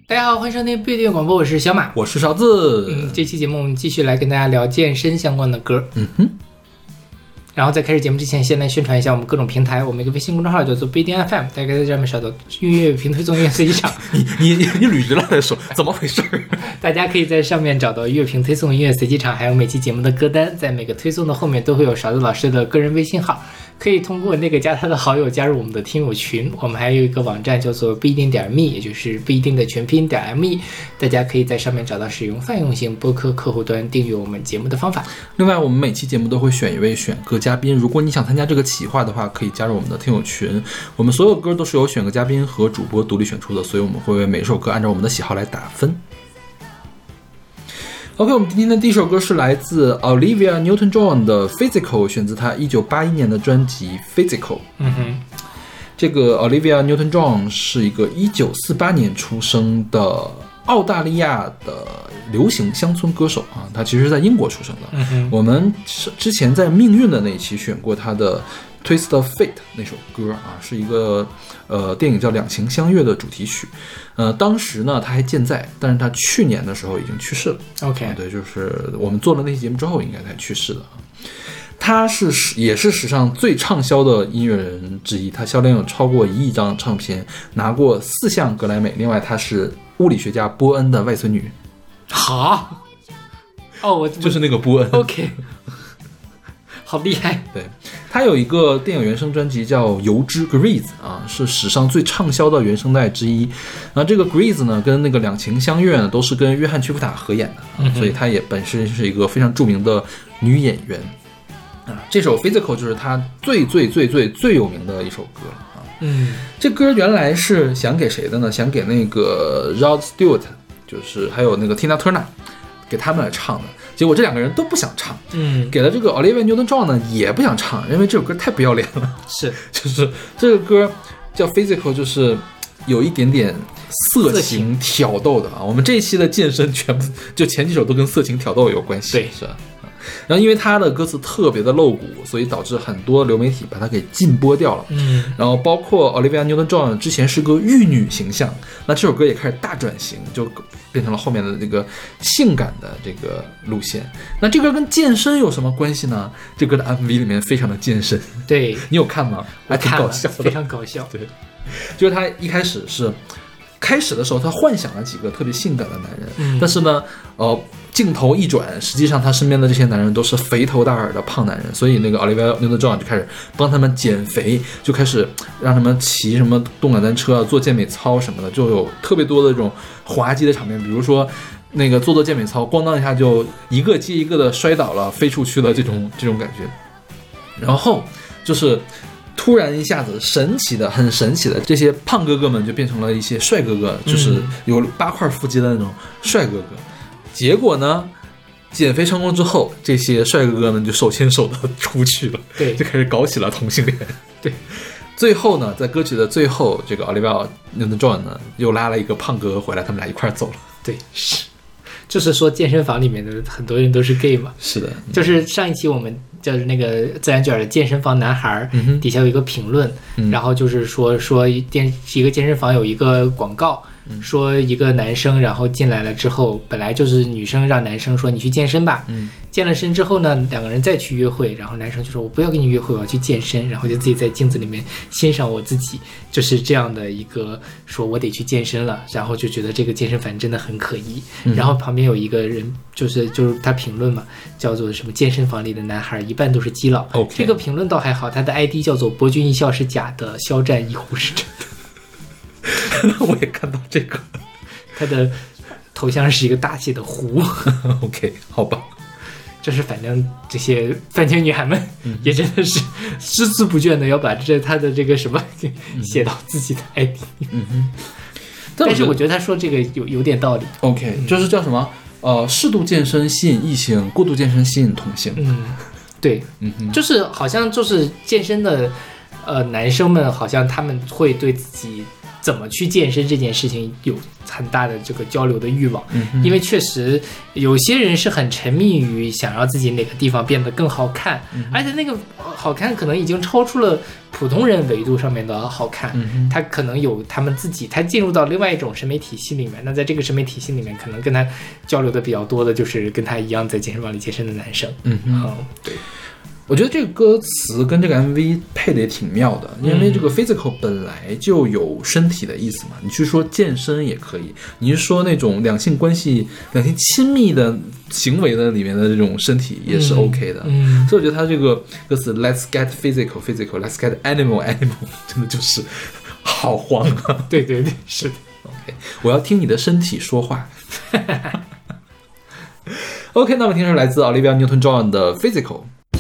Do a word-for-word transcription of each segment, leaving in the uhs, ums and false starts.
大家好，欢迎收听不一定广播，我是小马， 我是勺子。 嗯，这期节目我们继续来跟大家聊健身相关的歌。 嗯哼。 然后在开始节目之前，先来宣传一下我们各种平台。我们一个微信公众号叫做不一定 F M， 大家可以在上面找到音乐评推送音乐随机场。 你你你你捋直了再说，怎么回事？ 大家可以在上面找到音乐评推送音乐随机场，还有每期节目的歌单。在每个推送的后面都会有勺子老师的个人微信号，可以通过那个加他的好友加入我们的听友群。我们还有一个网站叫做不一定点 me， 也就是不一定的全拼点 me， 大家可以在上面找到使用泛用型播客客户端订阅我们节目的方法。 另外，我们每期节目都会选一位选歌嘉宾，如果你想参加这个企划的话，可以加入我们的听友群。我们所有歌都是由选歌嘉宾和主播独立选出的，所以我们会为每首歌按照我们的喜好来打分。OK， 我们今天的第一首歌是来自 Olivia Newton-John 的 Physical， 选自她一九八一年的专辑 Physical。 嗯哼， 这个 Olivia Newton-John 是一个一九四八年出生的澳大利亚的流行乡村歌手啊，她其实是在英国出生的。 嗯哼， 我们之前在命运的那一期选过她的 Twist of Fate 那首歌啊，是一个呃电影叫《两情相悦》的主题曲。呃，当时呢他还健在，但是他去年的时候已经去世了。 OK， 啊、对，就是我们做了那期节目之后，应该才去世的。他是也是史上最畅销的音乐人之一，他销量有超过一亿张唱片，拿过四项格莱美。另外，他是物理学家波恩的外孙女。 好，哦，我就是那个波恩。 OK。好厉害！ 对，他有一个电影原声专辑叫《油脂》 Grease 啊，是史上最畅销的原声带之一。那这个 Grease 呢，跟那个两情相悦呢，都是跟约翰屈服塔合演的、啊嗯、所以他也本身是一个非常著名的女演员啊。这首 Physical 就是他最最最最最有名的一首歌啊。 嗯， 这歌原来是想给谁的呢？想给那个 Rod Stewart， 就是还有那个 Tina Turner， 给他们来唱的。结果这两个人都不想唱， 嗯， 给了这个 Olivia Newton-John 呢也不想唱，因为这首歌太不要脸了。 是， 就是这个歌叫 Physical， 就是有一点点色情挑逗的啊。我们这一期的健身全部就前几首都跟色情挑逗有关系， 对， 是吧？然后因为他的歌词特别的露骨，所以导致很多流媒体把它给禁播掉了。 嗯， 然后包括 Olivia Newton-John 之前是个玉女形象，那这首歌也开始大转型，就变成了后面的这个性感的这个路线。那这歌跟健身有什么关系呢？这歌的 M V 里面非常的健身， 对， 你有看吗？还挺搞笑的， 非常搞笑。 对，就是他一开始是。开始的时候，他幻想了几个特别性感的男人， 嗯、但是呢，呃，镜头一转，实际上他身边的这些男人都是肥头大耳的胖男人，所以那个 Olivia Newton-John 就开始帮他们减肥，就开始让他们骑什么动感单车、做健美操什么的，就有特别多的这种滑稽的场面，比如说那个做做健美操，咣当一下就一个接一个的摔倒了，飞出去了这种这种感觉，然后就是。突然一下子神奇的很神奇的这些胖哥哥们就变成了一些帅哥哥，就是有八块腹肌的那种帅哥哥。结果呢减肥成功之后，这些帅哥哥们就手牵手的出去了， 对， 就开始搞起了同性恋。 对， 最后呢在歌曲的最后，这个 Olivia Newton-John 呢又拉了一个胖哥回来，他们俩一块走了。 对，是就是说健身房里面的很多人都是 gay 嘛。 是的、 嗯、就是上一期我们就是那个自然卷的健身房男孩、嗯、底下有一个评论、嗯、然后就是说说健一个健身房有一个广告、嗯、说一个男生然后进来了之后，本来就是女生让男生说你去健身吧、嗯、健了身之后呢两个人再去约会，然后男生就说我不要跟你约会，我要去健身，然后就自己在镜子里面欣赏我自己，就是这样的一个说我得去健身了，然后就觉得这个健身房真的很可疑、嗯、然后旁边有一个人就是就是他评论嘛，叫做什么健身房里的男孩一半都是基佬、 okay. 这个评论倒还好，他的 I D 叫做博君一笑是假的，肖战一呼是真的。 我也看到这个， 他的头像是一个大写的胡。 OK， 好吧， 就是反正这些饭圈女孩们也真的是孜孜不倦的要把这他的这个什么写到自己的 I D。 嗯哼，但是我觉得他说这个有有点道理。 OK， 就是叫什么呃，适度健身吸引异性，过度健身吸引同性。 嗯，对，嗯哼，就是好像就是健身的呃男生们好像他们会对自己怎么去健身这件事情有很大的这个交流的欲望， 嗯、 因为确实有些人是很沉迷于想让自己哪个地方变得更好看， 嗯、 而且那个好看可能已经超出了普通人维度上面的好看， 嗯、 他可能有他们自己，他进入到另外一种审美体系里面，那在这个审美体系里面，可能跟他交流的比较多的就是跟他一样在健身房里健身的男生。 嗯嗯，对。 我觉得这个歌词跟这个 M V 配的也挺妙的，因为这个 physical 本来就有身体的意思嘛，你去说健身也可以，你是说那种两性关系、两性亲密的行为的里面的这种身体也是 OK 的。 嗯嗯、 所以我觉得他这个歌词 Let's get physical physical Let's get animal animal 真的就是好黄啊！ 对对对，是的。 OK， 我要听你的身体说话。OK， 那么听是来自 Olivia Newton-John 的 Physical。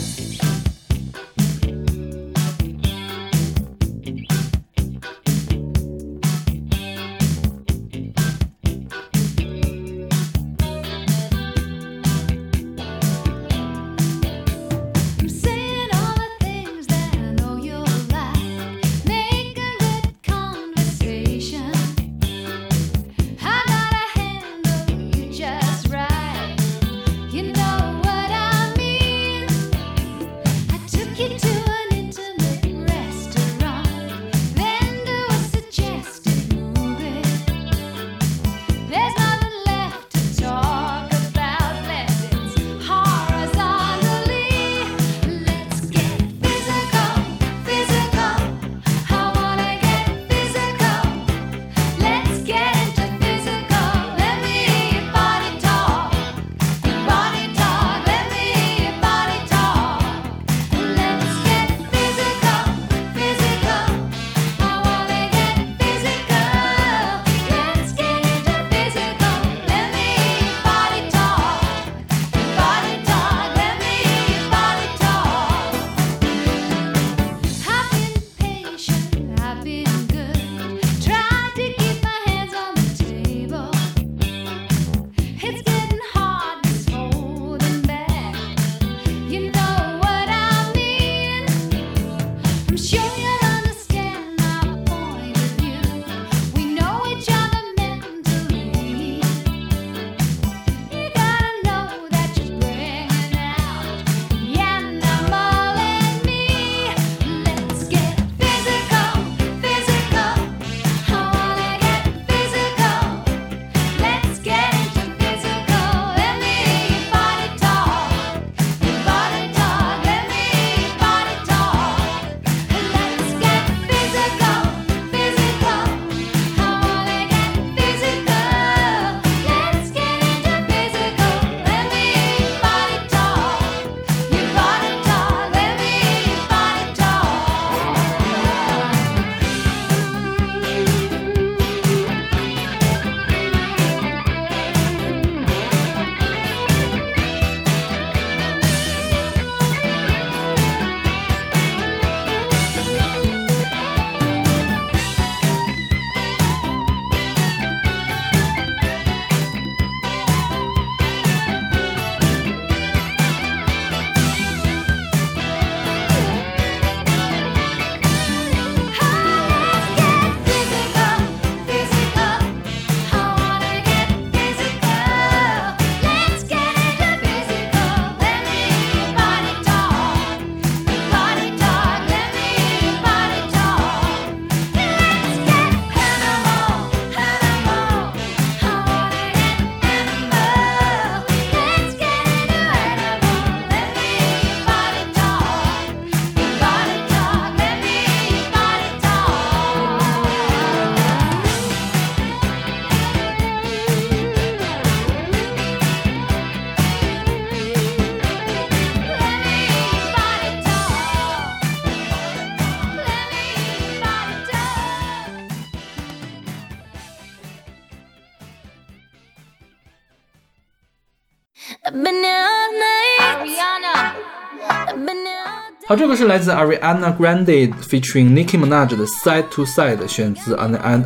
好，这个是来自 Ariana Grande featuring Nicki Minaj 的 Side to Side， 选自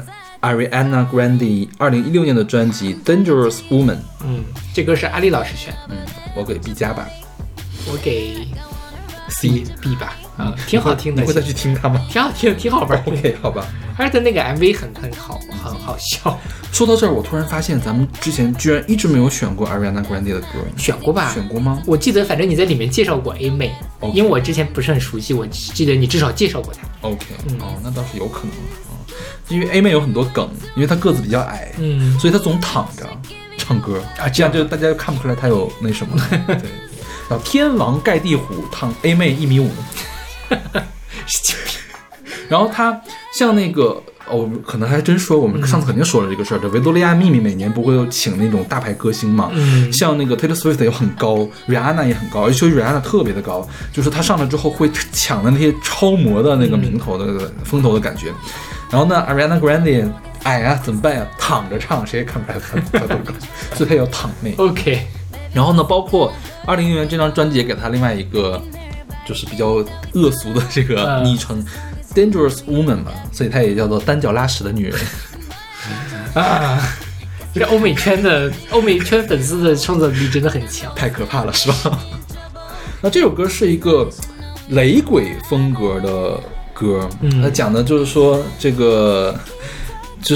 Ariana Grande 二零一六年的专辑 Dangerous Woman。 嗯，这歌是阿丽老师选。 嗯，我给 B 加吧。 我给 C B 吧。啊，挺好听的。 你会再去听它吗？ 挺好听，挺好玩。 OK， 好吧。 他的那个 M V 很很好，很好笑。 说到这儿，我突然发现咱们之前居然一直没有选过 Ariana Grande 的歌。 选过吧？ 选过吗？ 我记得，反正你在里面介绍过 A 妹， okay. 因为我之前不是很熟悉，我记得你至少介绍过她。 OK，、嗯、哦，那倒是有可能。哦、因为 A 妹有很多梗，因为她个子比较矮， 嗯， 所以她总躺着唱歌啊，这样就大家就看不出来她有那什么。对，然后天王盖地虎躺 A 妹一米五，然后她像那个。哦，可能还真说，我们上次肯定说了这个事儿。这、嗯、维多利亚秘密每年不会有请那种大牌歌星嘛？ 嗯， 像那个 Taylor Swift 也很高 ，Rihanna 也很高，而且 Rihanna 特别的高，就是她上来之后会抢的那些超模的那个名头的、嗯、风头的感觉。然后呢 ，Ariana Grande 矮啊，怎么办呀？躺着唱，谁也看不出来她她多高，所以她叫躺妹。 OK。 然后呢，包括二零一零年这张专辑也给她另外一个就是比较恶俗的这个昵称。嗯Dangerous Woman 吧，所以她也叫做单脚拉屎的女人啊！这欧美圈的欧美圈粉丝的创造力真的很强， 太可怕了，是吧？那这首歌是一个雷鬼风格的歌，它、嗯、讲的就是说，这个就是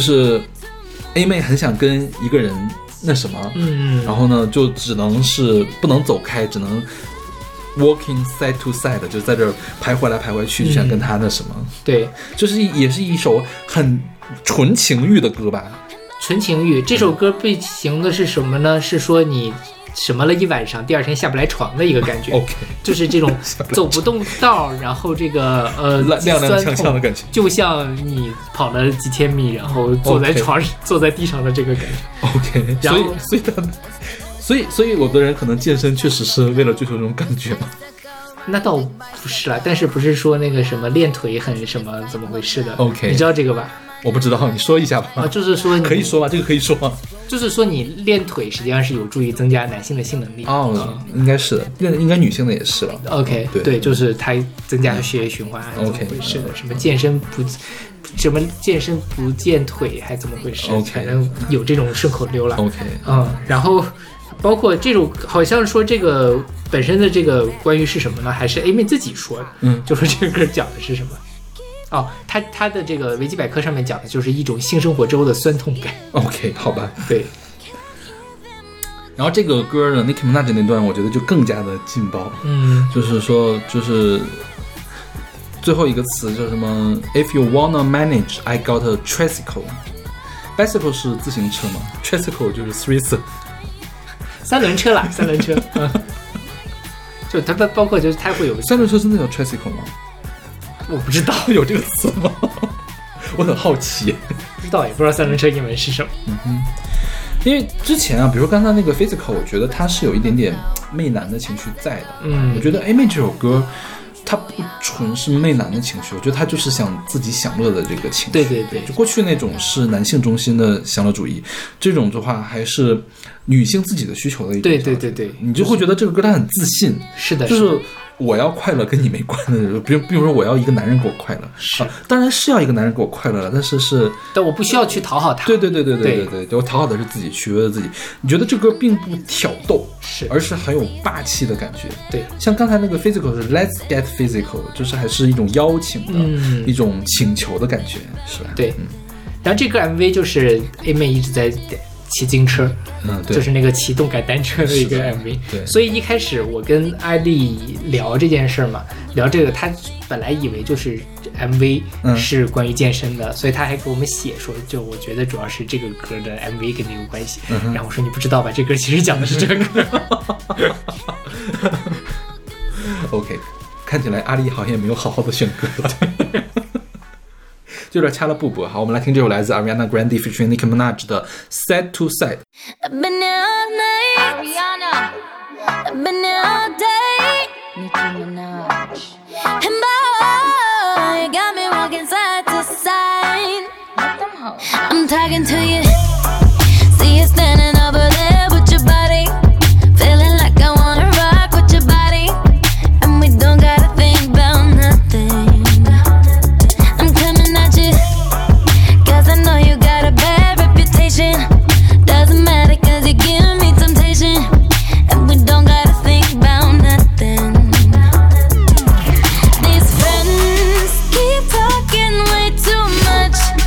A 妹很想跟一个人那什么， 嗯， 然后呢，就只能是不能走开，只能。Walking side to side 就在这徘徊来徘徊去，就想跟他那什么、嗯、 对， 就是也是一首很纯情欲的歌吧。 纯情欲这首歌被形容的是什么呢？是说你什么了一晚上，第二天下不来床的一个感觉。 OK， 就是这种走不动道，然后这个呃踉踉跄跄的感觉， 就像你跑了几千米，然后坐在床上、okay. 坐在地上的这个感觉。 OK， 所以所以他。所以，所以有的人可能健身确实是为了追求这种感觉吗？ 那倒不是啦，但是不是说那个什么练腿很什么怎么回事的 ？OK， 你知道这个吧？ 我不知道，你说一下吧。 啊，就是说可以说吗？这个可以说吗？ 就是说你练腿实际上是有助于增加男性的性能力。 哦，嗯、应该是的，应该女性的也是了。 OK， 对对，就是它增加血液循环，还是怎么回事的？ okay, 什么健身不？什么健身不健腿还怎么回事？ OK， 反正有这种顺口溜了。 OK， 嗯，然后。包括这种好像说这个本身的这个关于是什么呢？还是 A 妹自己说的， 嗯， 就说这个歌讲的是什么？哦，他他的这个维基百科上面讲的就是一种性生活之后的酸痛感。 OK， 好吧， 对。 然后这个歌呢 ，Nicki Minaj 那段我觉得就更加的劲爆， 嗯， 就是说就是最后一个词叫什么 ？If you wanna manage, I got a tricycle。bicycle 是自行车嘛 ？tricycle 就是 threesome。 三轮车啦，三轮车，嗯，就它包包括就是它会有三轮车真的叫 tricycle 吗？ 我不知道有这个词吗？我很好奇， 不知道也不知道三轮车英文是什么。 嗯哼，因为之前啊，比如刚才那个 physical， 我觉得它是有一点点媚男的情绪在的。 嗯， 我觉得 A 妹这首歌。他不纯是媚男的情绪，我觉得他就是想自己享乐的这个情绪。 对对对， 就过去那种是男性中心的享乐主义，这种的话还是女性自己的需求的一种。 对对对对， 你就会觉得这个歌他很自信。 是的， 就是我要快乐跟你没关的，比如比如说我要一个男人给我快乐， 是、 啊，当然是要一个男人给我快乐了，但是是， 但我不需要去讨好他。 对对对对对对对对，我讨好的是自己，取悦的自己。你觉得这歌并不挑逗， 是， 而是很有霸气的感觉。 对， 像刚才那个 physical 是 Let's get physical， 就是还是一种邀请的、 嗯、 一种请求的感觉，是吧？ 对， 嗯。 然后这个 M V 就是 A 妹一直在骑自行车， 嗯，对， 就是那个骑动感单车的一个 M V。 对， 所以一开始我跟艾丽聊这件事儿嘛，聊这个，她本来以为就是 M V 是关于健身的，嗯、所以她还给我们写说，就我觉得主要是这个歌的 M V 跟这个关系。 嗯、 然后我说你不知道吧，这歌其实讲的是这个。 OK， 看起来阿丽好像也没有好好的选歌。就有点掐了布布。好，我们来听这首来自 Ariana Grande featuring Nicki Minaj 的 Side to Side。 I've been here all night, Ariana. I've been here all day, Nicki Minaj. And boy, you got me walking side to side. I'm talking to you. See you standing over there with your body, feeling like I wanna rock with your body, and we don't gotta think about nothing.I know you got a bad reputation. Doesn't matter cause you give me temptation, and we don't gotta think about nothing. These friends keep talking way too much.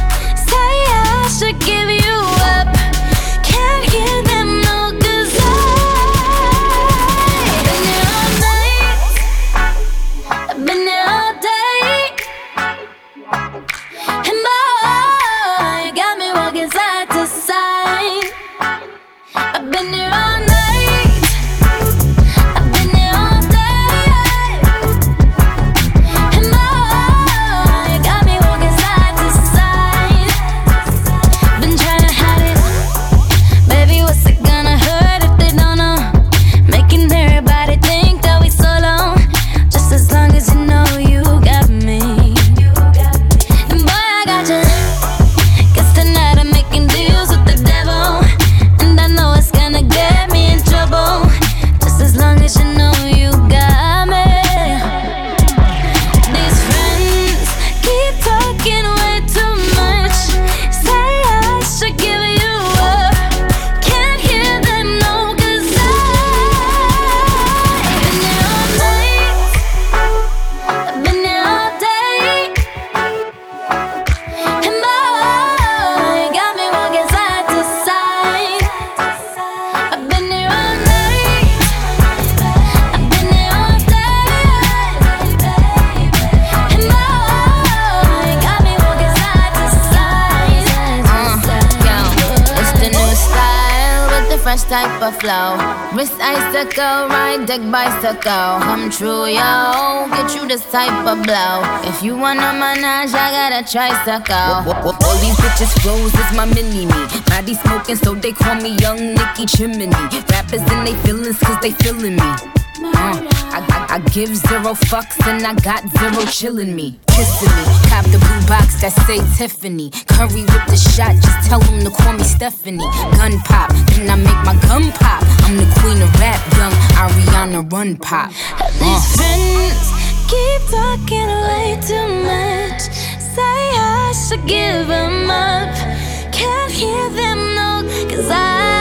fresh type of flow. Wrist icicle, ride deck bicycle. Come true, yo. Get you this type of blow. If you wanna manage, I got a tricycle. All these bitches flows is my mini-me. Maddie smoking, so they call me Young Nicky Chimney. Rappers in they feelings, cause they feeling me. Uh, I, I, I give zero fucks and I got zero chillin' me. Kissing me, cop the blue box that say Tiffany. Curry with the shot, just tell them to call me Stephanie. Gun pop, then I make my gun pop. I'm the queen of rap, young Ariana Run Pop. Uh. These friends keep talking way too much. Say I should give them up. Can't hear them no, cause I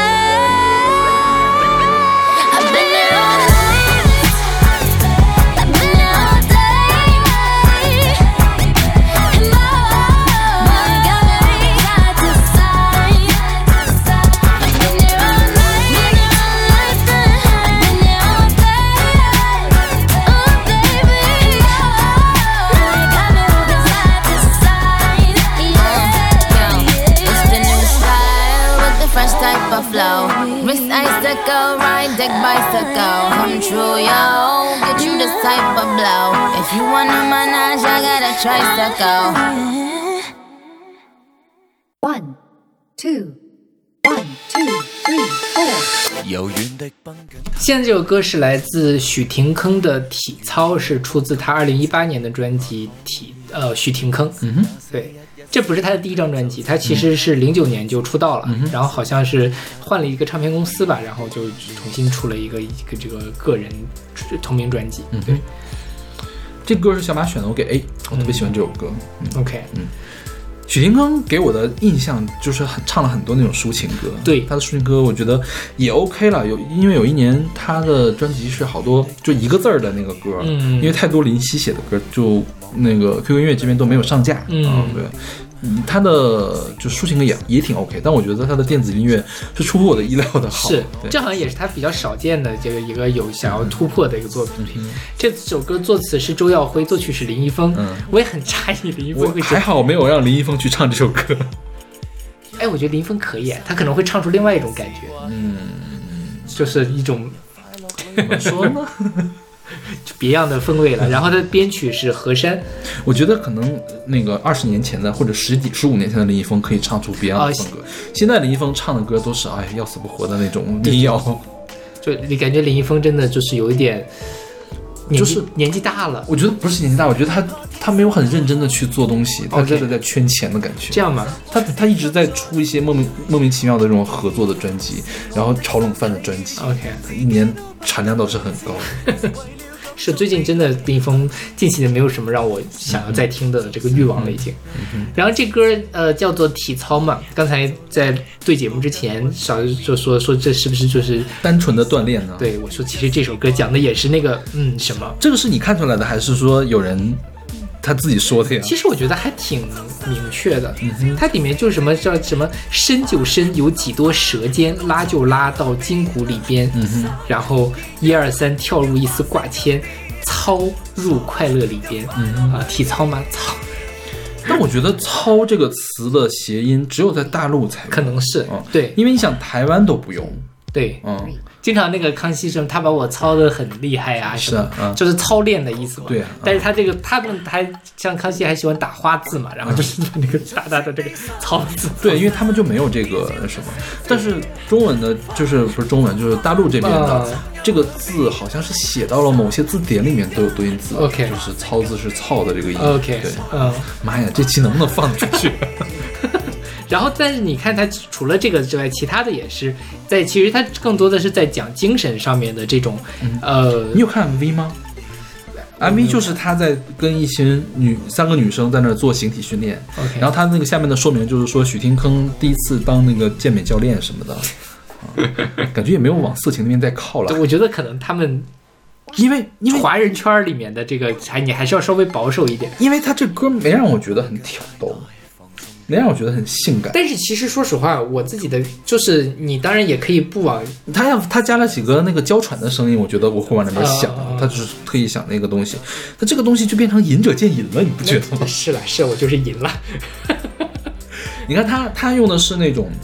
flow. Wrist icicle, ride deck bicycle. Come true, yo. Get you this type of blow. If you wanna manage, I got a tricycle. One, two, one, two, three, four. 现在这首歌是来自许廷铿的《体操》，是出自他二零一八年的专辑《体呃许廷铿》。 嗯哼， 对。这不是他的第一张专辑，他其实是零九年就出道了，嗯、然后好像是换了一个唱片公司吧，然后就重新出了一个一个这个个人同名专辑。 嗯，对，这歌是小马选的，我给 A， 我特别喜欢这首歌。 嗯、OK， 嗯，许廷铿给我的印象就是很唱了很多那种抒情歌， 对他的抒情歌我觉得也 OK 了。有因为有一年他的专辑是好多就一个字儿的那个歌， 嗯， 因为太多林夕写的歌就那个 Q Q 音乐这边都没有上架， 嗯， 嗯对。嗯，他的就抒情歌也也挺 OK， 但我觉得他的电子音乐是出乎我的意料的好。 是，这好像也是他比较少见的这个一个有想要突破的一个作品。嗯、这首歌作词是周耀辉，作曲是林一峰。嗯，我也很诧异林一峰会。 还好没有让林一峰去唱这首歌。 哎，我觉得林一峰可以，他可能会唱出另外一种感觉。 嗯， 就是一种怎么说呢？ 就别样的风味了。然后他的编曲是何山， 我觉得可能那个二十年前的或者十几十五年前的林一峰可以唱出别样的风格。哦、现在林一峰唱的歌都是哎要死不活的那种民谣， 就你感觉林一峰真的就是有一点。就是年纪大了， 我觉得不是年纪大，我觉得他他没有很认真的去做东西，他真的在圈钱的感觉。 这样吗？ 他他一直在出一些莫名莫名其妙的这种合作的专辑，然后炒冷饭的专辑。 OK， 一年产量倒是很高。 是最近真的林一峰近期的没有什么让我想要再听的这个欲望了已经。 嗯、 然后这歌呃叫做体操嘛，刚才在对节目之前少就说说这是不是就是单纯的锻炼呢？ 对，我说其实这首歌讲的也是那个嗯什么？ 这个是你看出来的，还是说有人他自己说的呀？ 其实我觉得还挺明确的， 嗯、 它里面就是什么叫什么伸就伸，有几多舌尖，拉就拉到筋骨里边， 嗯哼， 然后一二三跳入一丝挂牵，操入快乐里边， 嗯啊，体操吗？操。 但我觉得操这个词的谐音只有在大陆才可能是， 嗯， 对， 因为你想台湾都不用， 对， 嗯。 经常那个康熙什么，他把我操得很厉害啊，什么， 是啊， 就是操练的意思嘛。 对、啊， 但是他这个他们还像康熙还喜欢打花字嘛，然后就是那个大大的这个操字。 对，因为他们就没有这个什么，但是中文的，就是不是中文，就是大陆这边的、呃、这个字好像是写到了某些字典里面都有对应字 ，OK， 就是操字是操的这个意思 ，OK， 对， 嗯， 妈呀，这期能不能放出去？ 然后，但是你看，他除了这个之外，其他的也是在，其实他更多的是在讲精神上面的这种， 嗯、 呃， 你有看 M V 吗 ？M V 就是他在跟一群女三个女生在那做形体训练， okay. 然后他那个下面的说明就是说许廷铿第一次当那个健美教练什么的，啊、感觉也没有往色情那边再靠了。 我觉得可能他们。 因为因为华人圈里面的这个，还你还是要稍微保守一点， 因为他这歌没让我觉得很挑逗。没让我觉得很性感， 但是其实说实话，我自己的就是你当然也可以不往他要他加了几个那个娇喘的声音，我觉得我会往那边想， 啊、 他就是特意想那个东西，他这个东西就变成隐者见隐了，你不觉得吗？ 是了，是我就是隐了。 你看他他用的是那种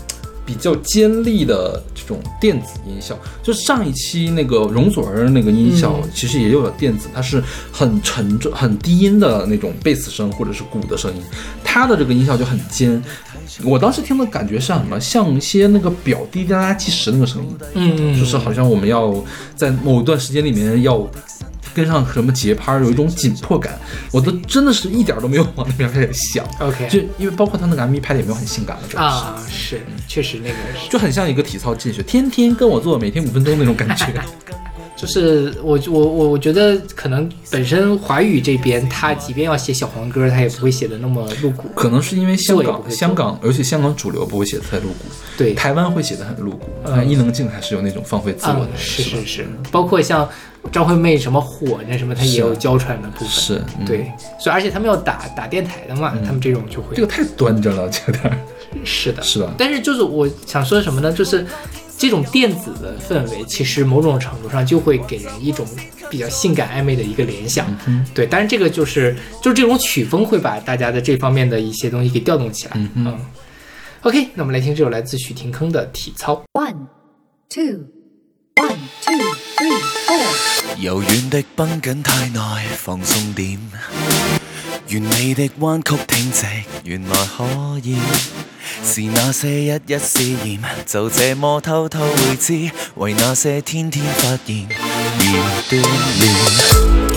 比较尖利的这种电子音效。就上一期那个容祖儿那个音效，嗯、其实也有了电子，它是很沉重、很低音的那种贝斯声或者是鼓的声音，它的这个音效就很尖。我当时听的感觉像什么？像一些那个表滴滴答答计时那个声音， 嗯， 就是好像我们要在某一段时间里面要跟上什么节拍，有一种紧迫感。我都真的是一点都没有往那边开始想。 OK， 就因为包括他那个 M V 拍的也没有很性感的啊，是，确实那个是就很像一个体操进去，天天跟我做，每天五分钟那种感觉。 就是我我我我觉得可能本身华语这边，他即便要写小黄歌，他也不会写的那么露骨。 可能是因为香港香港，尤其香港主流不会写的太露骨，对，台湾会写的很露骨。嗯，伊能静还是有那种放飞自我的， 嗯、是是是，包括像张惠妹什么火那什么，她也有娇喘的部分。 是，嗯、 对，所以而且他们要打打电台的嘛，嗯、他们这种就会这个太端着了，有点。 是的， 是吧？ 但是就是我想说什么呢？就是这种电子的氛围，其实某种程度上就会给人一种比较性感暧昧的一个联想。 嗯、 对，但是这个就是就是这种曲风会把大家的这方面的一些东西给调动起来。 嗯嗯。 OK， 那我们来听这首来自许廷铿的《体操》。 One, two, one, two, three, four。 柔軟的繃緊太耐，放鬆點。完美的彎曲挺直，原來可以是那些一一試驗，就這麼偷偷會知，為那些天天發現而鍛鍊。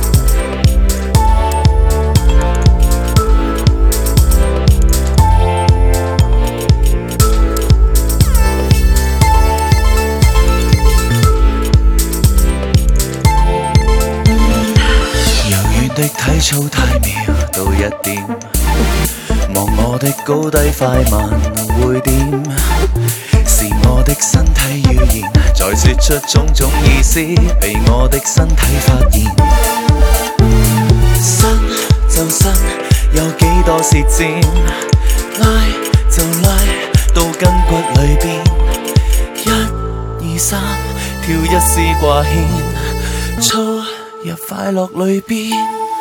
的體操太妙到一點，望我的高低快慢會點，是我的身體語言在說出種種意思，被我的身體發現。伸就伸，有幾多舌尖，拉就拉到筋骨裏邊，一二三，跳一絲掛牽，操入快樂裏邊。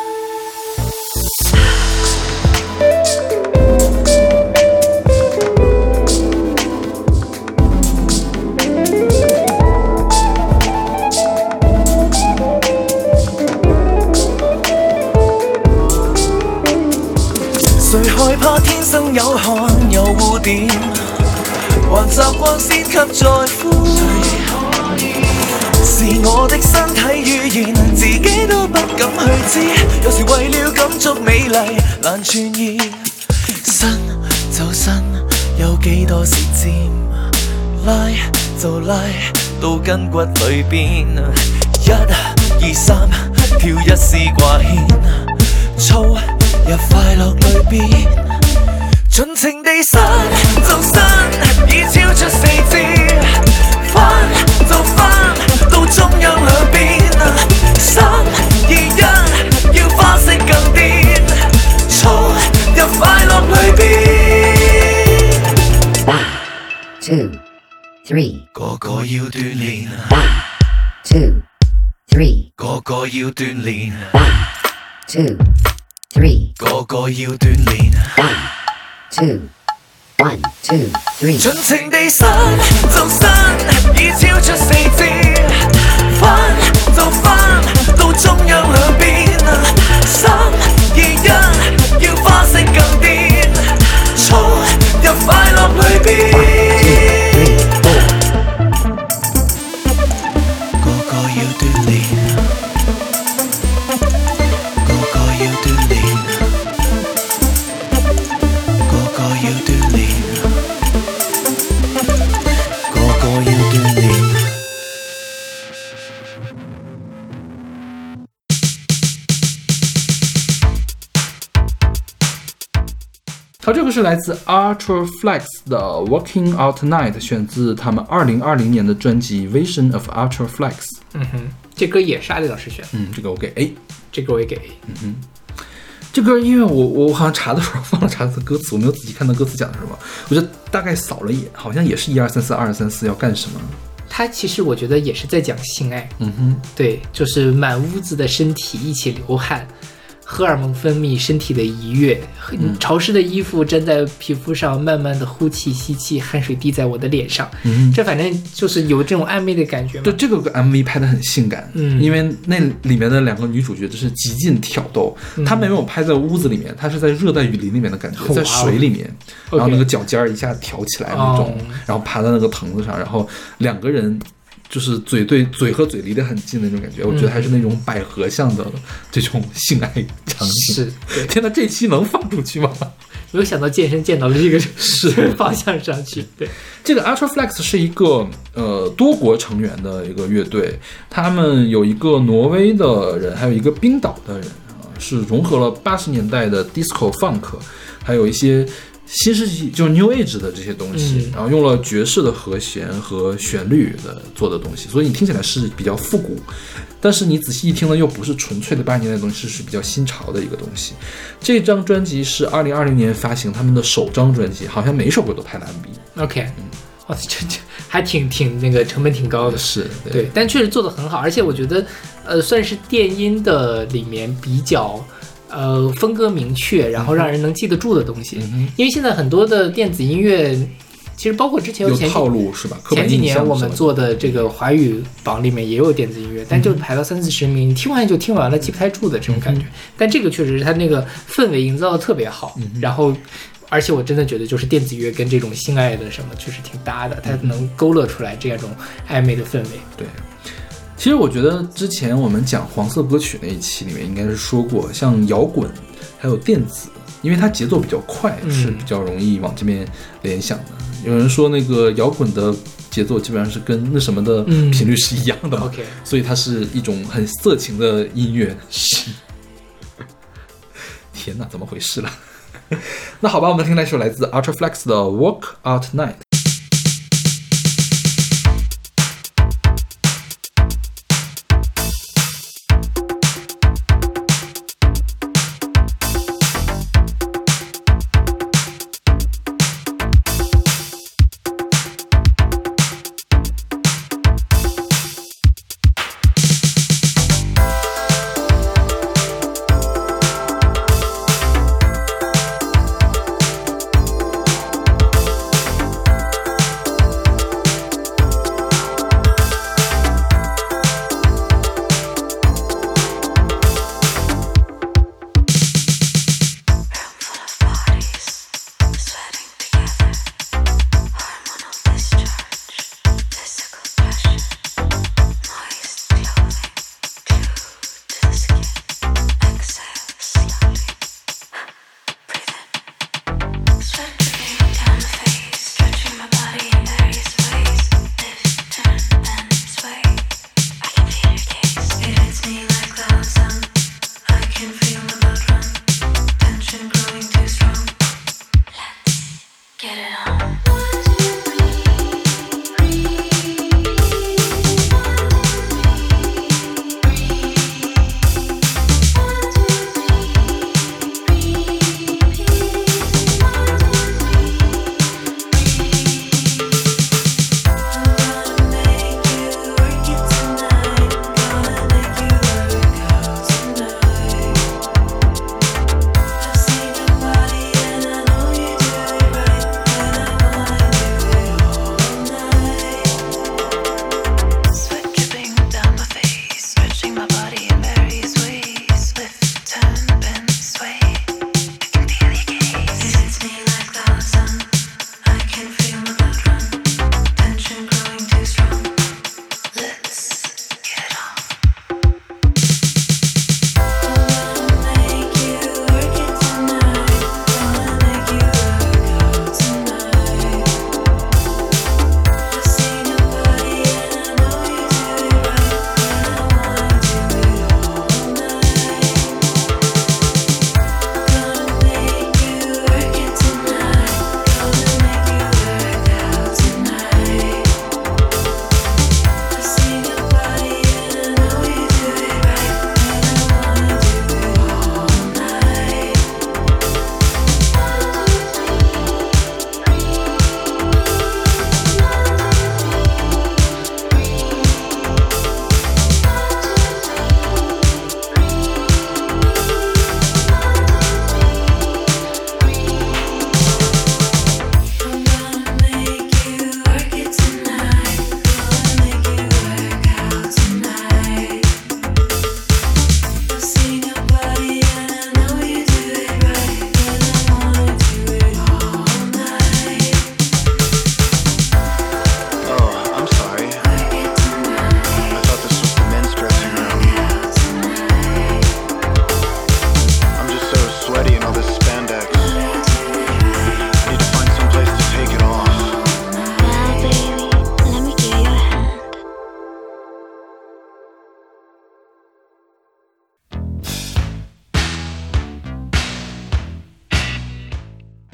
害怕天生有汗有污點，還習慣先給在乎。是我的身體語言，自己都不敢去知。有時為了感觸美麗難傳意，伸就伸，有幾多舌尖，拉就拉到筋骨裏邊。一二三，跳一絲掛牽，操入快樂裏邊，盡情地伸就伸，已超出四肢，翻就翻到中央兩邊，三二一，要花式更癲，操入快樂裏邊。 One, two, three， 個個要鍛鍊。 One, two, three， 個個要鍛鍊。 One, two。Three， 個個要鍛鍊。 One, two, one, two, three。 盡情地伸就伸，已超出四肢，翻就翻到中央兩邊，三二一，要花式更癲，操入快樂裏邊。個個要鍛鍊。 好，这个是来自 Ultraflex 的 Walking Out Tonight， 选自他们二零二零年的专辑 Vision of Ultraflex。 嗯哼，这歌也是阿里老师选。 嗯，这个我给 A， 这个我也给 A。 嗯哼，这歌因为我我好像查的时候放了查的歌词，我没有仔细看到歌词讲的什么，我就大概扫了一眼，好像也是一二三四二三四要干什么。 他其实我觉得也是在讲性爱。 嗯哼， 对，就是满屋子的身体一起流汗， 荷尔蒙分泌，身体的愉悦， 嗯潮湿的衣服粘在皮肤上，慢慢的呼气吸气，汗水滴在我的脸上， 嗯， 这反正就是有这种暧昧的感觉嘛。 对，这个 M V 拍的很性感， 嗯因为那里面的两个女主角就是极尽挑逗， 嗯她们没有拍在屋子里面，她是在热带雨林里面的感觉， 哇在水里面， 哦然后那个脚尖儿一下挑起来那种， 哦然后爬在那个藤子上，然后两个人就是嘴对嘴和嘴离得很近的那种感觉，我觉得还是那种百合像的这种性爱场景。 是，对， 天哪，这期能放出去吗？ 没有想到健身见到了这个是这个方向上去，对， 这个 Ultra Flex 是一个呃多国成员的一个乐队，他们有一个挪威的人，还有一个冰岛的人啊，是融合了八十年代的 Disco Funk， 还有一些新世纪就是 New Age 的这些东西， 嗯然后用了爵士的和弦和旋律的做的东西，所以你听起来是比较复古，但是你仔细一听呢，又不是纯粹的八十年代的东西，是比较新潮的一个东西。这张专辑是二零二零年发行他们的首张专辑，好像每首歌都拍了 M V。 OK，哦，这这还挺挺那个成本挺高的， 是对对，但确实做得很好，而且我觉得，呃，算是电音的里面比较，呃，风格明确，然后让人能记得住的东西。 嗯因为现在很多的电子音乐，其实包括之前有前几套路是吧？刻板前几印象年我们什么的做的这个华语榜里面也有电子音乐，但就排到三四十名，你听完就听完了，记不太住的这种感觉。但这个确实是它那个氛围营造的特别好，然后。而且我真的觉得，就是电子乐跟这种性爱的什么，确实挺搭的，它能勾勒出来这种暧昧的氛围。 对，其实我觉得之前我们讲黄色歌曲那一期里面应该是说过，像摇滚还有电子，因为它节奏比较快， 嗯是比较容易往这边联想的。有人说那个摇滚的节奏基本上是跟那什么的嗯频率是一样的嘛， OK， 所以它是一种很色情的音乐。是，天哪，怎么回事了？那好吧，我们听来一首来自 Ultra Flex 的 Walk Out Night。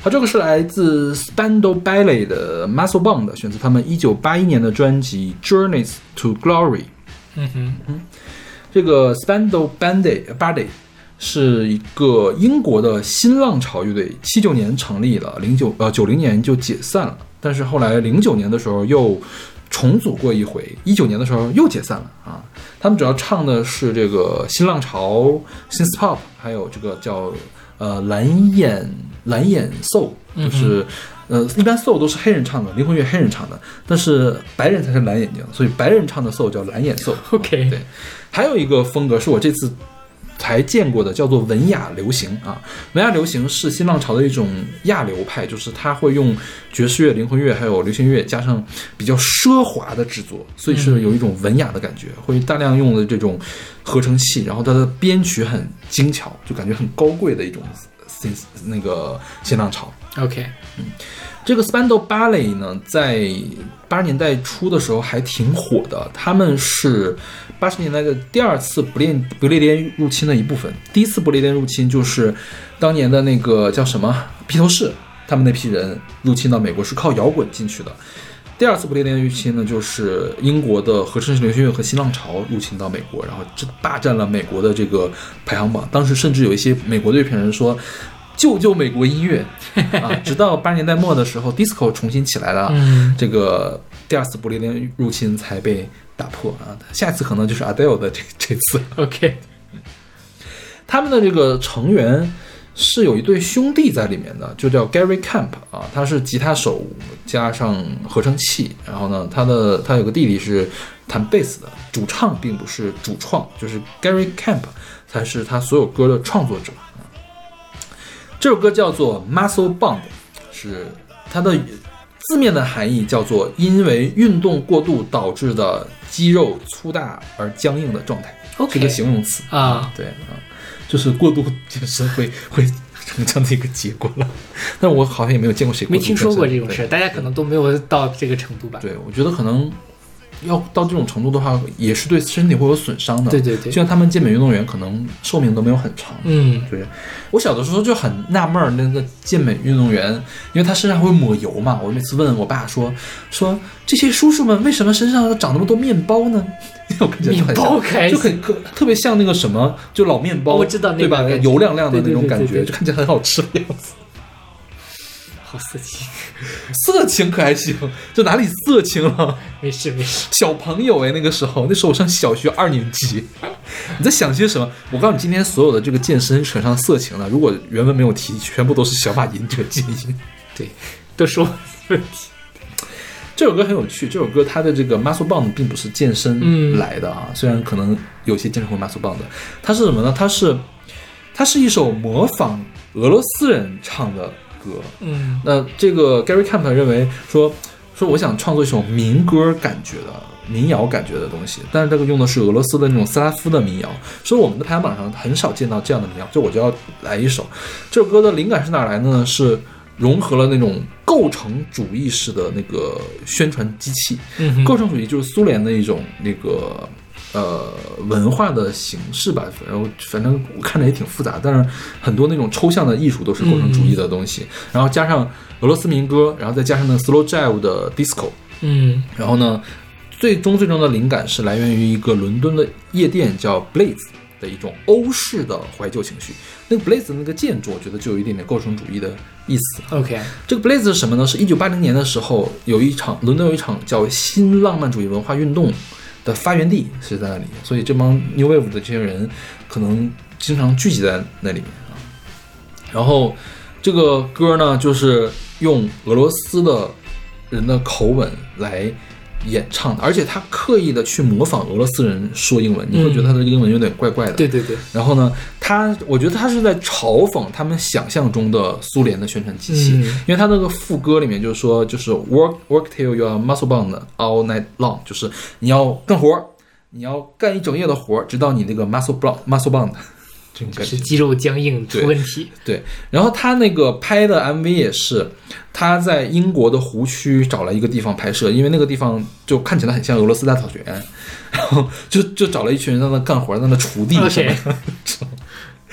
好，这个是来自 Spandau Ballet 的 Muscle Bound， 选自他们一九八一年的专辑 Journeys to Glory。 嗯哼， 嗯，这个 Spandau Ballet Ballet 是一个英国的新浪潮乐队，七九年成立了，零九呃九零年就解散了，但是后来零九年的时候又重组过一回，一九年的时候又解散了啊。他们主要唱的是这个新浪潮、synth pop， 还有这个叫呃蓝眼蓝眼 soul， 就是、嗯、呃一般 soul 都是黑人唱的，灵魂乐黑人唱的，但是白人才是蓝眼睛，所以白人唱的 soul 叫蓝眼 soul。 OK， 对，还有一个风格是我这次才见过的，叫做文雅流行啊。文雅流行是新浪潮的一种亚流派，就是它会用爵士乐、灵魂乐还有流行乐加上比较奢华的制作，所以是有一种文雅的感觉，会大量用的这种合成器，然后它的编曲很精巧，就感觉很高贵的一种新那个新浪潮。 OK， 嗯，这个 Spandau Ballet 呢，在八十年代初的时候还挺火的，他们是八十年代的第二次不列不列颠入侵的一部分。第一次不列颠入侵就是当年的那个叫什么披头士，他们那批人入侵到美国是靠摇滚进去的。第二次不列颠入侵呢，就是英国的合成流行乐和新浪潮入侵到美国，然后这霸占了美国的这个排行榜。当时甚至有一些美国乐评人说救救美国音乐啊！直到八十年代末的时候 ，disco 重新起来了， 嗯， 这个第二次不列颠入侵才被打破啊。下次可能就是 Adele 的这这次。 OK， 他们的这个成员是有一对兄弟在里面的，就叫 Gary Camp 啊，他是吉他手加上合成器，然后呢，他的他有个弟弟是弹贝斯的，主唱并不是主创，就是 Gary Camp 才是他所有歌的创作者。这首歌叫做 Muscle Bound， 是它的字面的含义叫做因为运动过度导致的肌肉粗大而僵硬的状态， OK， 是个形容词啊， 对啊，就是过度健身会会成这样的一个结果了。但我好像也没有见过谁没听说过这种事，大家可能都没有到这个程度吧。 对，我觉得可能要到这种程度的话，也是对身体会有损伤的。 对对对， 就像他们健美运动员可能寿命都没有很长。 嗯， 对，我小的时候就很纳闷，那个健美运动员，因为他身上会抹油嘛，我每次问我爸说说这些叔叔们为什么身上长那么多面包呢？我感觉就很像，就很特别像那个什么，就老面包， 哦、我知道那个对吧？油亮亮的那种感觉， 对对对对对对， 就看起来很好吃的样子。 好色情， 色情可还行？这哪里色情了？ 没事没事， 小朋友哎，那个时候，那时候我上小学二年级。你在想些什么？我告诉你，今天所有的这个健身扯上色情了，如果原文没有提，全部都是小马吟者建议。 对，都是我问题。 这首歌很有趣，这首歌它的这个 muscle bound 并不是健身来的啊，嗯、虽然可能有些健身会 muscle bound， 它是什么呢？它是它是一首模仿俄罗斯人唱的歌。 嗯，那这个 Gary Camp 认为说说我想创作一首民歌感觉的民谣感觉的东西，但是这个用的是俄罗斯的那种斯拉夫的民谣，所以我们的排行榜上很少见到这样的民谣，就我就要来一首。这首歌的灵感是哪来的呢？是融合了那种构成主义式的那个宣传机器。 嗯， 构成主义就是苏联的一种那个呃文化的形式吧，然后反正我看着也挺复杂，但是很多那种抽象的艺术都是构成主义的东西，嗯、然后加上俄罗斯民歌，然后再加上那个 slow jive 的 disco， 嗯， 然后呢，最终最终的灵感是来源于一个伦敦的夜店叫 Blaze 的一种欧式的怀旧情绪。那个 Blaze 那个建筑，我觉得就有一点点构成主义的意思。 OK， 这个 Blaze 是什么呢？是一九八零年的时候，有一场伦敦有一场叫新浪漫主义文化运动的发源地是在那里，所以这帮 New Wave 的这些人可能经常聚集在那里面啊。然后这个歌呢，就是用俄罗斯的人的口吻来演唱的，而且他刻意的去模仿俄罗斯人说英文，你会觉得他的英文有点怪怪的。 嗯、对对对。 然后呢，他我觉得他是在嘲讽他们想象中的苏联的宣传机器， 嗯、 因为他那个副歌里面就是说，就是 work work till you are muscle bound all night long， 就是你要干活，你要干一整夜的活，直到你那个 muscle bound muscle bound。这种感觉是肌肉僵硬出问题。 对，对，然后他那个拍的 M V 也是他在英国的湖区找了一个地方拍摄，因为那个地方就看起来很像俄罗斯大草原，然后就就找了一群人在那干活，在那锄地什么的。Okay.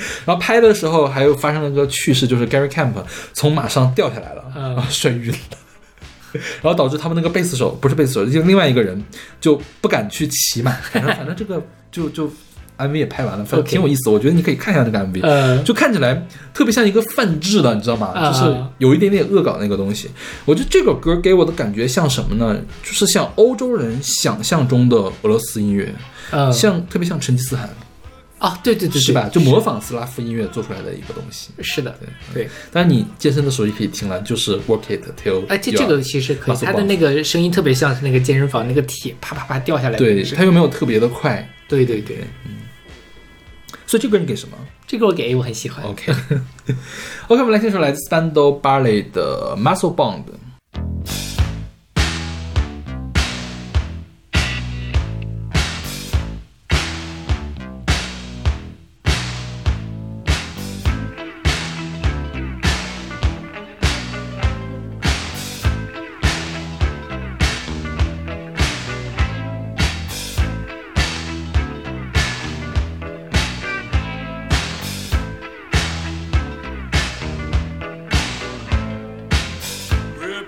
然后拍的时候还有发生了个趣事，就是 Gary Camp 从马上掉下来了， 嗯、 然后摔晕了。然后导致他们那个贝斯手不是贝斯手，就另外一个人就不敢去骑马。反正反正这个就就 M V 也拍完了，反正挺有意思。我觉得你可以看一下这个 M V，、 呃、 就看起来特别像一个泛制的，你知道吗？ 呃、 就是有一点点恶搞那个东西。我觉得这个歌给我的感觉像什么呢？就是像欧洲人想象中的俄罗斯音乐， 呃、 像特别像成吉思汗。 哦，对对对对， 是吧？就模仿斯拉夫音乐做出来的一个东西。 是的，对对。 当然你健身的时候也可以听了，就是 Work It Till。 而且这个其实可以，它的那个声音特别像是那个健身房那个铁啪啪啪掉下来的。 对，它又没有特别的快。 对对对， 嗯。所以这个你给什么？ 这个我给，我很喜欢。 OK，OK，、okay. okay, 我们来听首来自 Spandau Ballet 的 Muscle Bound。 Remember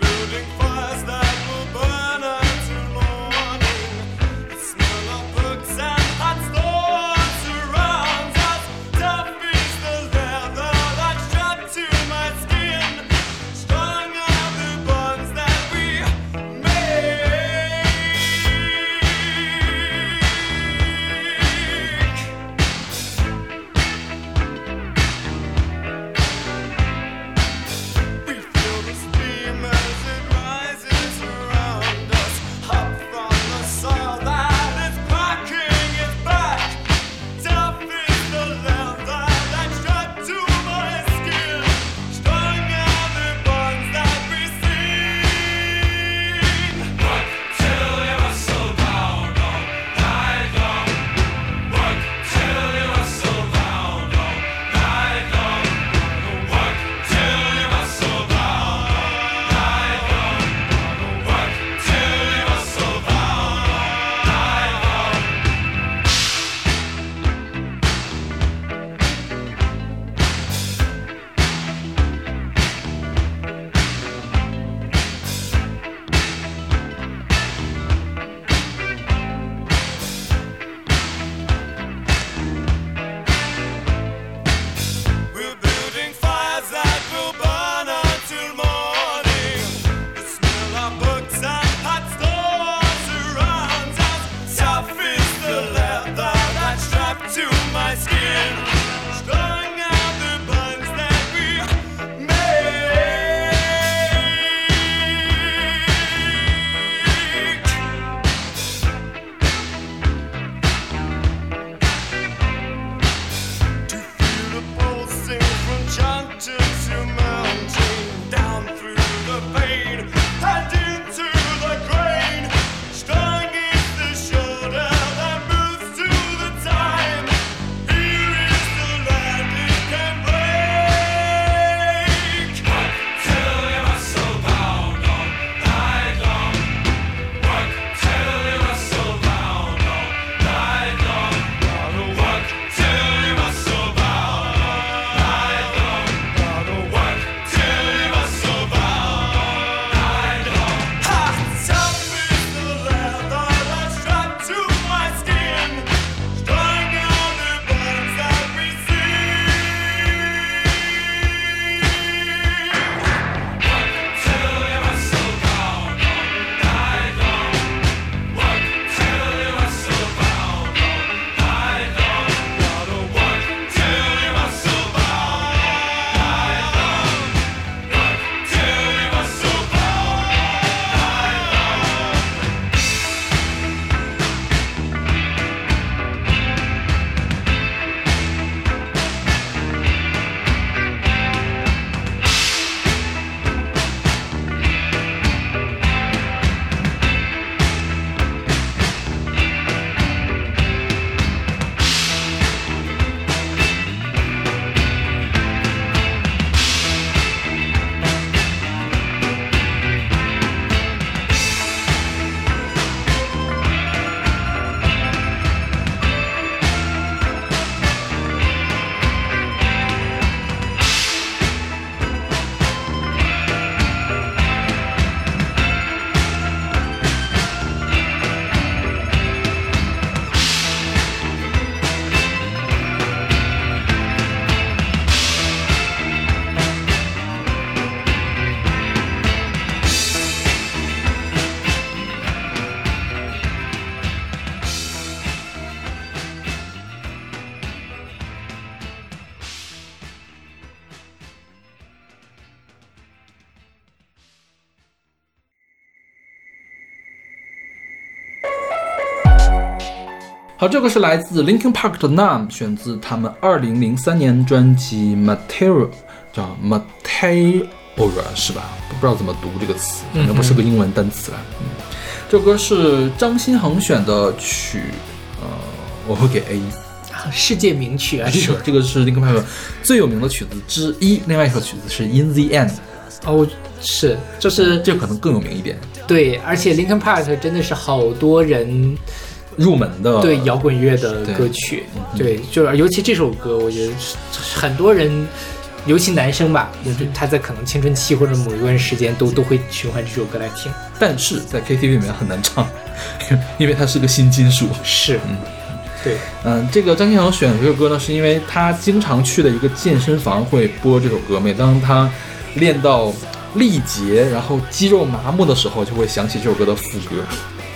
好，这个是来自 Linkin Park 的 Numb， 选自他们二零零三年专辑 Material， 叫 Material 是吧？不知道怎么读这个词，反正不是个英文单词了。嗯，这首歌是张新恒选的曲，呃，我会给 A。 世界名曲啊， 是这个是 Linkin Park 最有名的曲子之一，另外一首曲子是 In the End。 哦，是，就是这可能更有名一点。 对，而且 Linkin Park 真的是好多人入门的对摇滚乐的歌曲，对，对就是尤其这首歌，我觉得很多人，尤其男生吧，就他在可能青春期或者某一段时间都都会循环这首歌来听， 但是在 K T V 里面很难唱，因为它是个新金属。 是，嗯。对， 嗯，这个张新恒选这首歌呢，是因为他经常去的一个健身房会播这首歌，每当他练到力竭，然后肌肉麻木的时候，就会想起这首歌的副歌。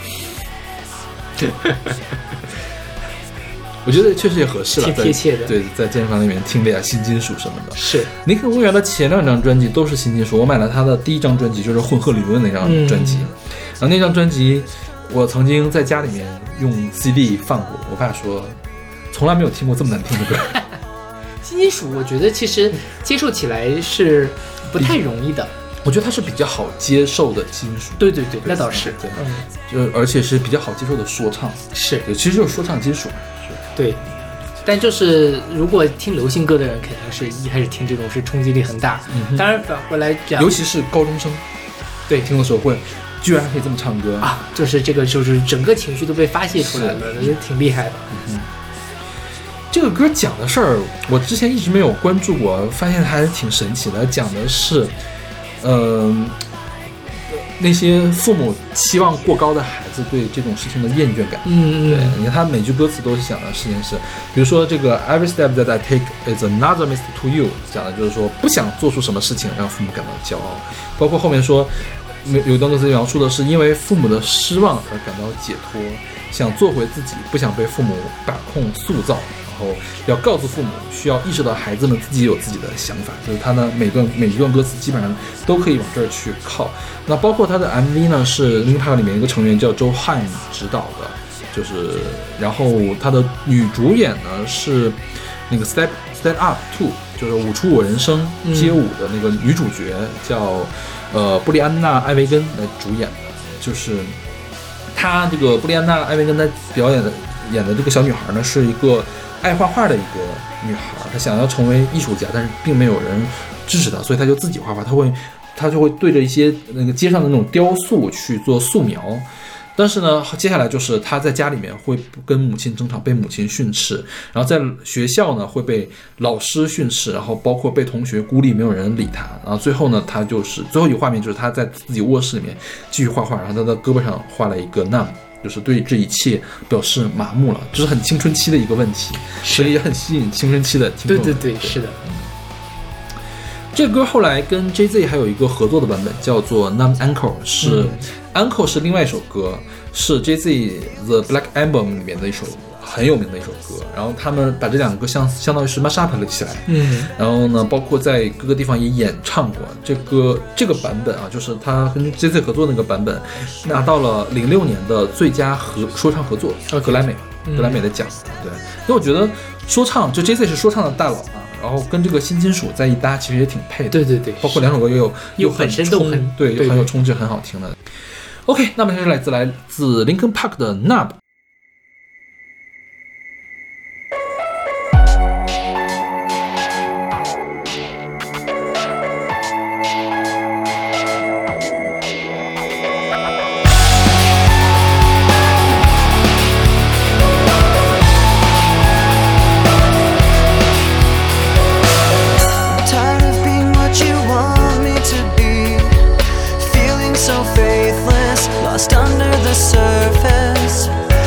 我觉得确实也合适了， 挺贴切的。 对，在健身房里面听点新金属什么的。 是， 林肯公园的前两张专辑都是新金属，我买了他的第一张专辑，就是混合理论那张专辑，嗯、然后那张专辑我曾经在家里面用 C D 放过，我爸说从来没有听过这么难听的歌。 新金属我觉得其实接受起来是不太容易的， 我觉得它是比较好接受的金属。 对对对，那倒是， 对，嗯，就而且是比较好接受的说唱， 是， 对，其实就是说唱金属， 对。但就是如果听流行歌的人，肯定是一开始听这种是冲击力很大。嗯、当然反过来讲， 尤其是高中生，对，听的时候会。居然可以这么唱歌啊！就是这个，就是整个情绪都被发泄出来了，也挺厉害的。 嗯，这个歌讲的事儿，我之前一直没有关注过，发现还挺神奇的。讲的是，嗯、呃，那些父母期望过高的孩子对这种事情的厌倦感。 嗯嗯， 对，你看他每句歌词都讲的事情是，比如说这个 Every step that I take is another mistake to you， 讲的就是说不想做出什么事情让父母感到骄傲，包括后面说。有一段歌词描述的是因为父母的失望而感到解脱，想做回自己，不想被父母把控塑造，然后要告诉父母需要意识到孩子们自己有自己的想法，就是他呢每段每一段歌词基本上都可以往这儿去靠。那包括他的 M V 呢是 Linkin Park 里面一个成员叫周汉执导的，就是然后他的女主演呢是那个 Step Step Up Two， 就是舞出我人生街舞的那个女主角叫。呃，布利安娜·艾维根来主演的，就是她这个布利安娜·艾维根她表演的演的这个小女孩呢，是一个爱画画的一个女孩，她想要成为艺术家，但是并没有人支持她，所以她就自己画画，她会她就会对着一些那个街上的那种雕塑去做素描。但是呢，接下来就是他在家里面会跟母亲争吵，被母亲训斥，然后在学校呢会被老师训斥，然后包括被同学孤立，没有人理他。然后最后呢，他就是最后一个画面就是他在自己卧室里面继续画画，然后他的胳膊上画了一个 numb， 就是对这一切表示麻木了，就是很青春期的一个问题，所以也很吸引青春期的听众。 对对对，是的。 嗯，这个歌后来跟 J Z 还有一个合作的版本，叫做 Numb Ankle， 是、嗯、Ankle 是另外一首歌，是 J Z The Black Album 里面的一首很有名的一首歌，然后他们把这两个相相当于是 mash up 了起来， 嗯， 然后呢，包括在各个地方也演唱过这个这个版本啊，就是他跟 J Z 合作那个版本，拿到了零六年的最佳合说唱合作格莱美格莱美的奖，对，因为我觉得说唱就 J Z 是说唱的大佬啊。然后跟这个新金属在一搭，其实也挺配的。 对对对， 包括两首歌又有又本身都很对，又很有冲劲，很好听的。OK， 那么这是来自来自 Linkin Park 的 Numb。 Lost under the surface,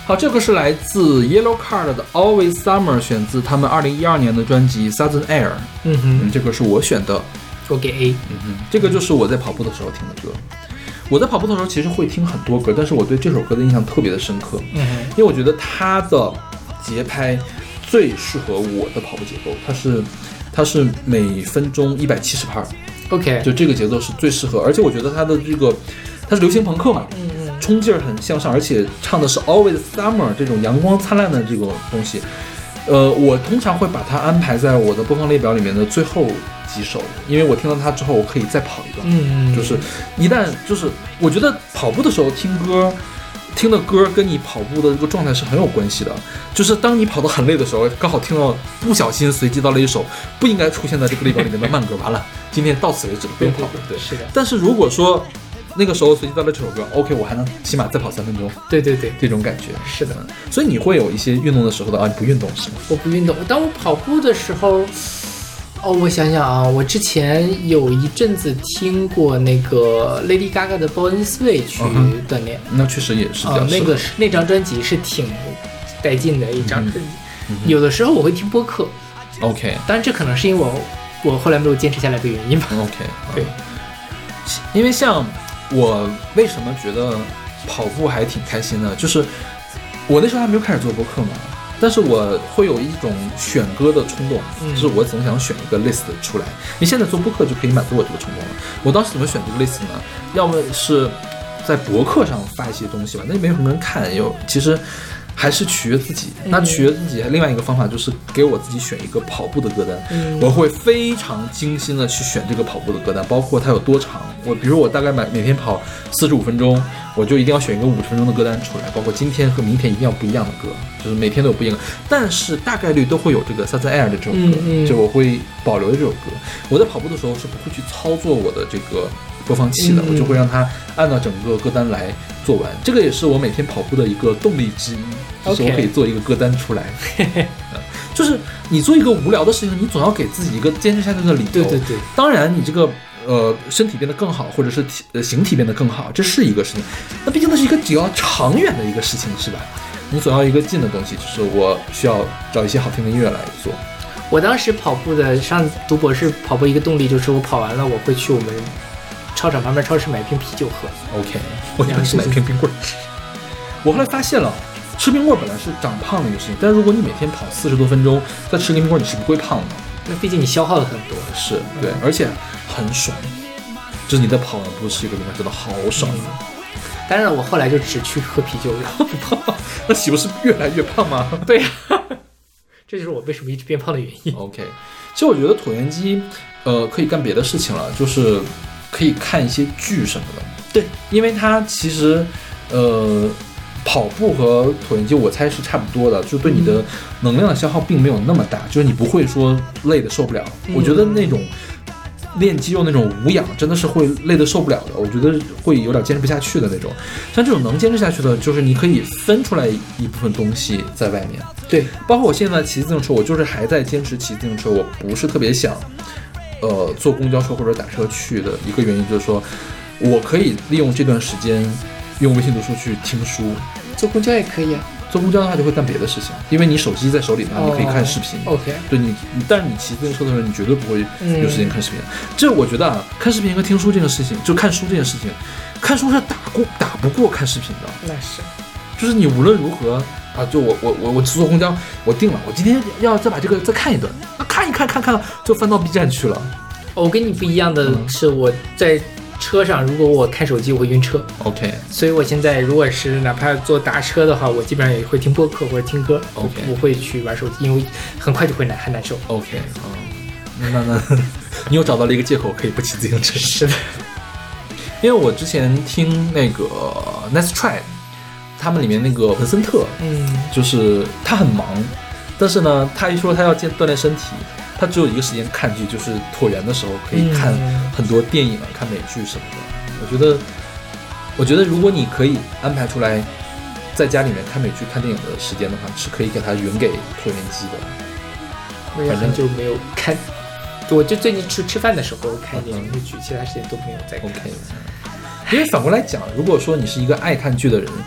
好，这个是来自 Yellow Card 的 Always Summer， 选自他们二零一二年的专辑 Southern Air。 嗯哼， 嗯，这个是我选的， 我给 A。 嗯哼，这个就是我在跑步的时候听的歌。我在跑步的时候其实会听很多歌，但是我对这首歌的印象特别的深刻。 嗯哼， 因为我觉得它的节拍最适合我的跑步节奏，它是它是每分钟一百七十拍， OK， 就这个节奏是最适合，而且我觉得它的这个它是流行朋克嘛， 嗯嗯， 冲劲儿很向上，而且唱的是 Always Summer 这种阳光灿烂的这种东西。呃，我通常会把它安排在我的播放列表里面的最后几首，因为我听到它之后，我可以再跑一段。 嗯嗯， 就是一旦就是我觉得跑步的时候听歌。听的歌跟你跑步的这个状态是很有关系的，就是当你跑得很累的时候，刚好听到不小心随机到了一首不应该出现在这个列表里面的慢歌，完了，今天到此为止了，不用跑了。对， 是的。 但是如果说那个时候随机到了这首歌 ，OK， 我还能起码再跑三分钟。 对对对， 这种感觉是的。 所以你会有一些运动的时候的啊，你不运动是吗？ 我不运动，当我跑步的时候。哦，我想想啊，我之前有一阵子听过那个 Lady Gaga 的 Born This Way 去锻炼， 嗯、那确实也是比较适合、 呃、那个是那张专辑是挺带劲的一张专辑、嗯嗯。有的时候我会听播客 ，OK， 当然这可能是因为我我后来没有坚持下来的原因吧。 OK， 对、 嗯，因为像我为什么觉得跑步还挺开心的，就是我那时候还没有开始做播客嘛。但是我会有一种选歌的冲动，就是我总想选一个 list 出来。你现在做播客就可以满足我这个冲动了。我当时怎么选这个 list 呢？要么是在博客上发一些东西吧，那没有什么人看，有其实还是取悦自己。那取悦自己，另外一个方法就是给我自己选一个跑步的歌单。嗯、我会非常精心的去选这个跑步的歌单，包括它有多长。我比如我大概每每天跑四十五分钟。我就一定要选一个五十分钟的歌单出来，包括今天和明天一定要不一样的歌，就是每天都有不一样的，但是大概率都会有这个 Southern Air 的这首歌、嗯嗯，就我会保留这首歌。我在跑步的时候是不会去操作我的这个播放器的，嗯、我就会让它按照整个歌单来做完。这个也是我每天跑步的一个动力之一，就是我可以做一个歌单出来。Okay. 就是你做一个无聊的事情，你总要给自己一个坚持下去的理由。 对对对， 当然你这个。呃，身体变得更好，或者是体呃形体变得更好，这是一个事情。那毕竟那是一个比较长远的一个事情，是吧？你总要一个近的东西，就是我需要找一些好听的音乐来做。 我当时跑步的，上读博士跑步一个动力就是我跑完了，我会去我们操场旁边超市买一瓶啤酒喝。 OK， 我以为是买一瓶冰棍。我后来发现了，吃冰棍本来是长胖的一个事情，但是如果你每天跑四十多分钟，再吃个冰棍，你是不会胖的。 那毕竟你消耗了很多， 是对，而且很爽，就是你在跑完步吃一个冰棍，真的好爽啊！ 嗯、当然了，我后来就只去喝啤酒，然后不胖， 那岂不是越来越胖吗？ 对呀、啊，这就是我为什么一直变胖的原因。 OK， 其实我觉得椭圆机，呃，可以干别的事情了，就是可以看一些剧什么的。 对， 因为它其实，呃。跑步和椭圆机我猜是差不多的，就对你的能量的消耗并没有那么大，就是你不会说累的受不了、嗯、我觉得那种练肌肉那种无氧真的是会累的受不了的，我觉得会有点坚持不下去的那种。像这种能坚持下去的，就是你可以分出来一部分东西在外面。 对， 包括我现在骑自行车，我就是还在坚持骑自行车，我不是特别想呃坐公交车或者打车去的一个原因，就是说我可以利用这段时间用微信读书去听书。 坐公交也可以啊， 坐公交的话就会干别的事情，因为你手机在手里的话，你可以看视频。 Oh, OK， 对你，但是你骑自行车的时候，你绝对不会有时间看视频。嗯、这我觉得啊，看视频和听书这件事情，就看书这件事情，看书是打过打不过看视频的。 那是， 就是你无论如何啊，就我我我我坐公交，我定了，我今天要再把这个再看一段，啊、看一看看看，就翻到 B 站去了。 我跟你不一样的是，我在车上，如果我看手机，我会晕车。 OK， 所以我现在如果是哪怕坐打车的话，我基本上也会听播客或者听歌。 OK， 我会去玩手机，因为很快就会难很难受。 OK， 嗯，那那你又找到了一个借口可以不骑自行车。 是的， 因为我之前听那个 Nice Try， 他们里面那个文森特， 嗯， 就是他很忙，但是呢，他一说他要健锻炼身体。他只有一个时间看剧，就是椭圆的时候可以看很多电影啊、嗯、看美剧什么的。我觉得，我觉得如果你可以安排出来，在家里面看美剧、看电影的时间的话，是可以给他匀给椭圆机的。 我也很久没有看，我就最近去吃饭的时候看电影剧，其他时间都没有在看。 OK， 因为反过来讲，如果说你是一个爱看剧的人，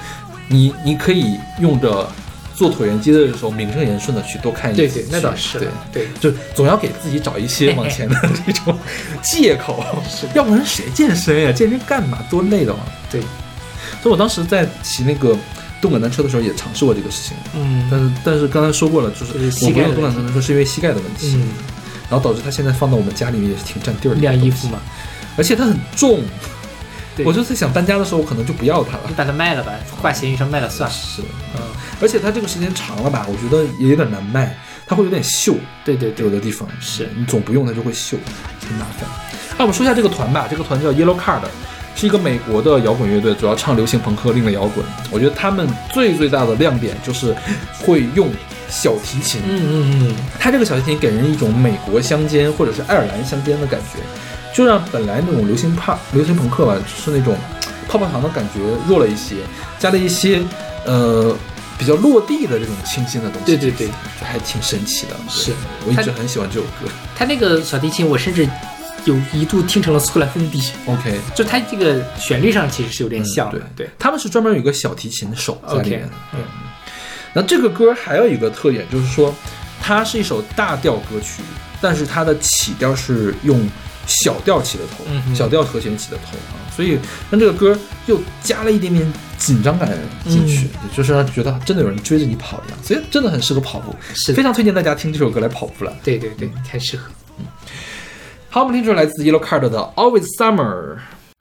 你你可以用着做椭圆机的时候名正言顺的去多看一对集， 对，那倒是， 对对， 就总要给自己找一些往前的这种借口，要不然谁健身呀？健身干嘛？多累的慌。 对， 所以我当时在骑那个动感单车的时候也尝试过这个事情， 嗯， 但是但是刚才说过了，就是就是膝盖的我不用动感单车是因为膝盖的问题， 嗯， 然后导致它现在放到我们家里面也是挺占地儿的。 晾衣服嘛， 而且它很重， 对我就在想搬家的时候我可能就不要它了你。把它卖了吧，挂闲鱼上卖了算了。 是， 嗯， 而且它这个时间长了吧，我觉得也有点难卖，它会有点锈， 对对对有，的地方是你总不用它就会锈，挺麻烦。那我们说一下这个团吧，这个团叫 Yellow Card，是一个美国的摇滚乐队，主要唱流行朋克、另类摇滚。我觉得他们最最大的亮点就是会用小提琴， 嗯嗯嗯， 它这个小提琴给人一种美国乡间或者是爱尔兰乡间的感觉，就让本来那种流行帕、流行朋克吧，是那种泡泡糖的感觉弱了一些，加了一些呃比较落地的这种清新的东西。 对对对， 就还挺神奇的。对是我一直很喜欢这首歌。 他那个小提琴，我甚至有一度听成了苏格兰风笛， OK， 就它这个旋律上其实是有点像的， 嗯对他们是专门有一个小提琴手在里面的。 OK，嗯， 那这个歌还有一个特点，就是说它是一首大调歌曲，但是它的起调是用小调起的头， 嗯哼小调和弦起的头啊，所以让这个歌又加了一点点紧张感进去， 嗯也就是让觉得真的有人追着你跑一样，所以真的很适合跑步， 是的非常推荐大家听这首歌来跑步了。 对对对，太适合。 好，我们听这首来自 Yellow Card 的 Always Summer。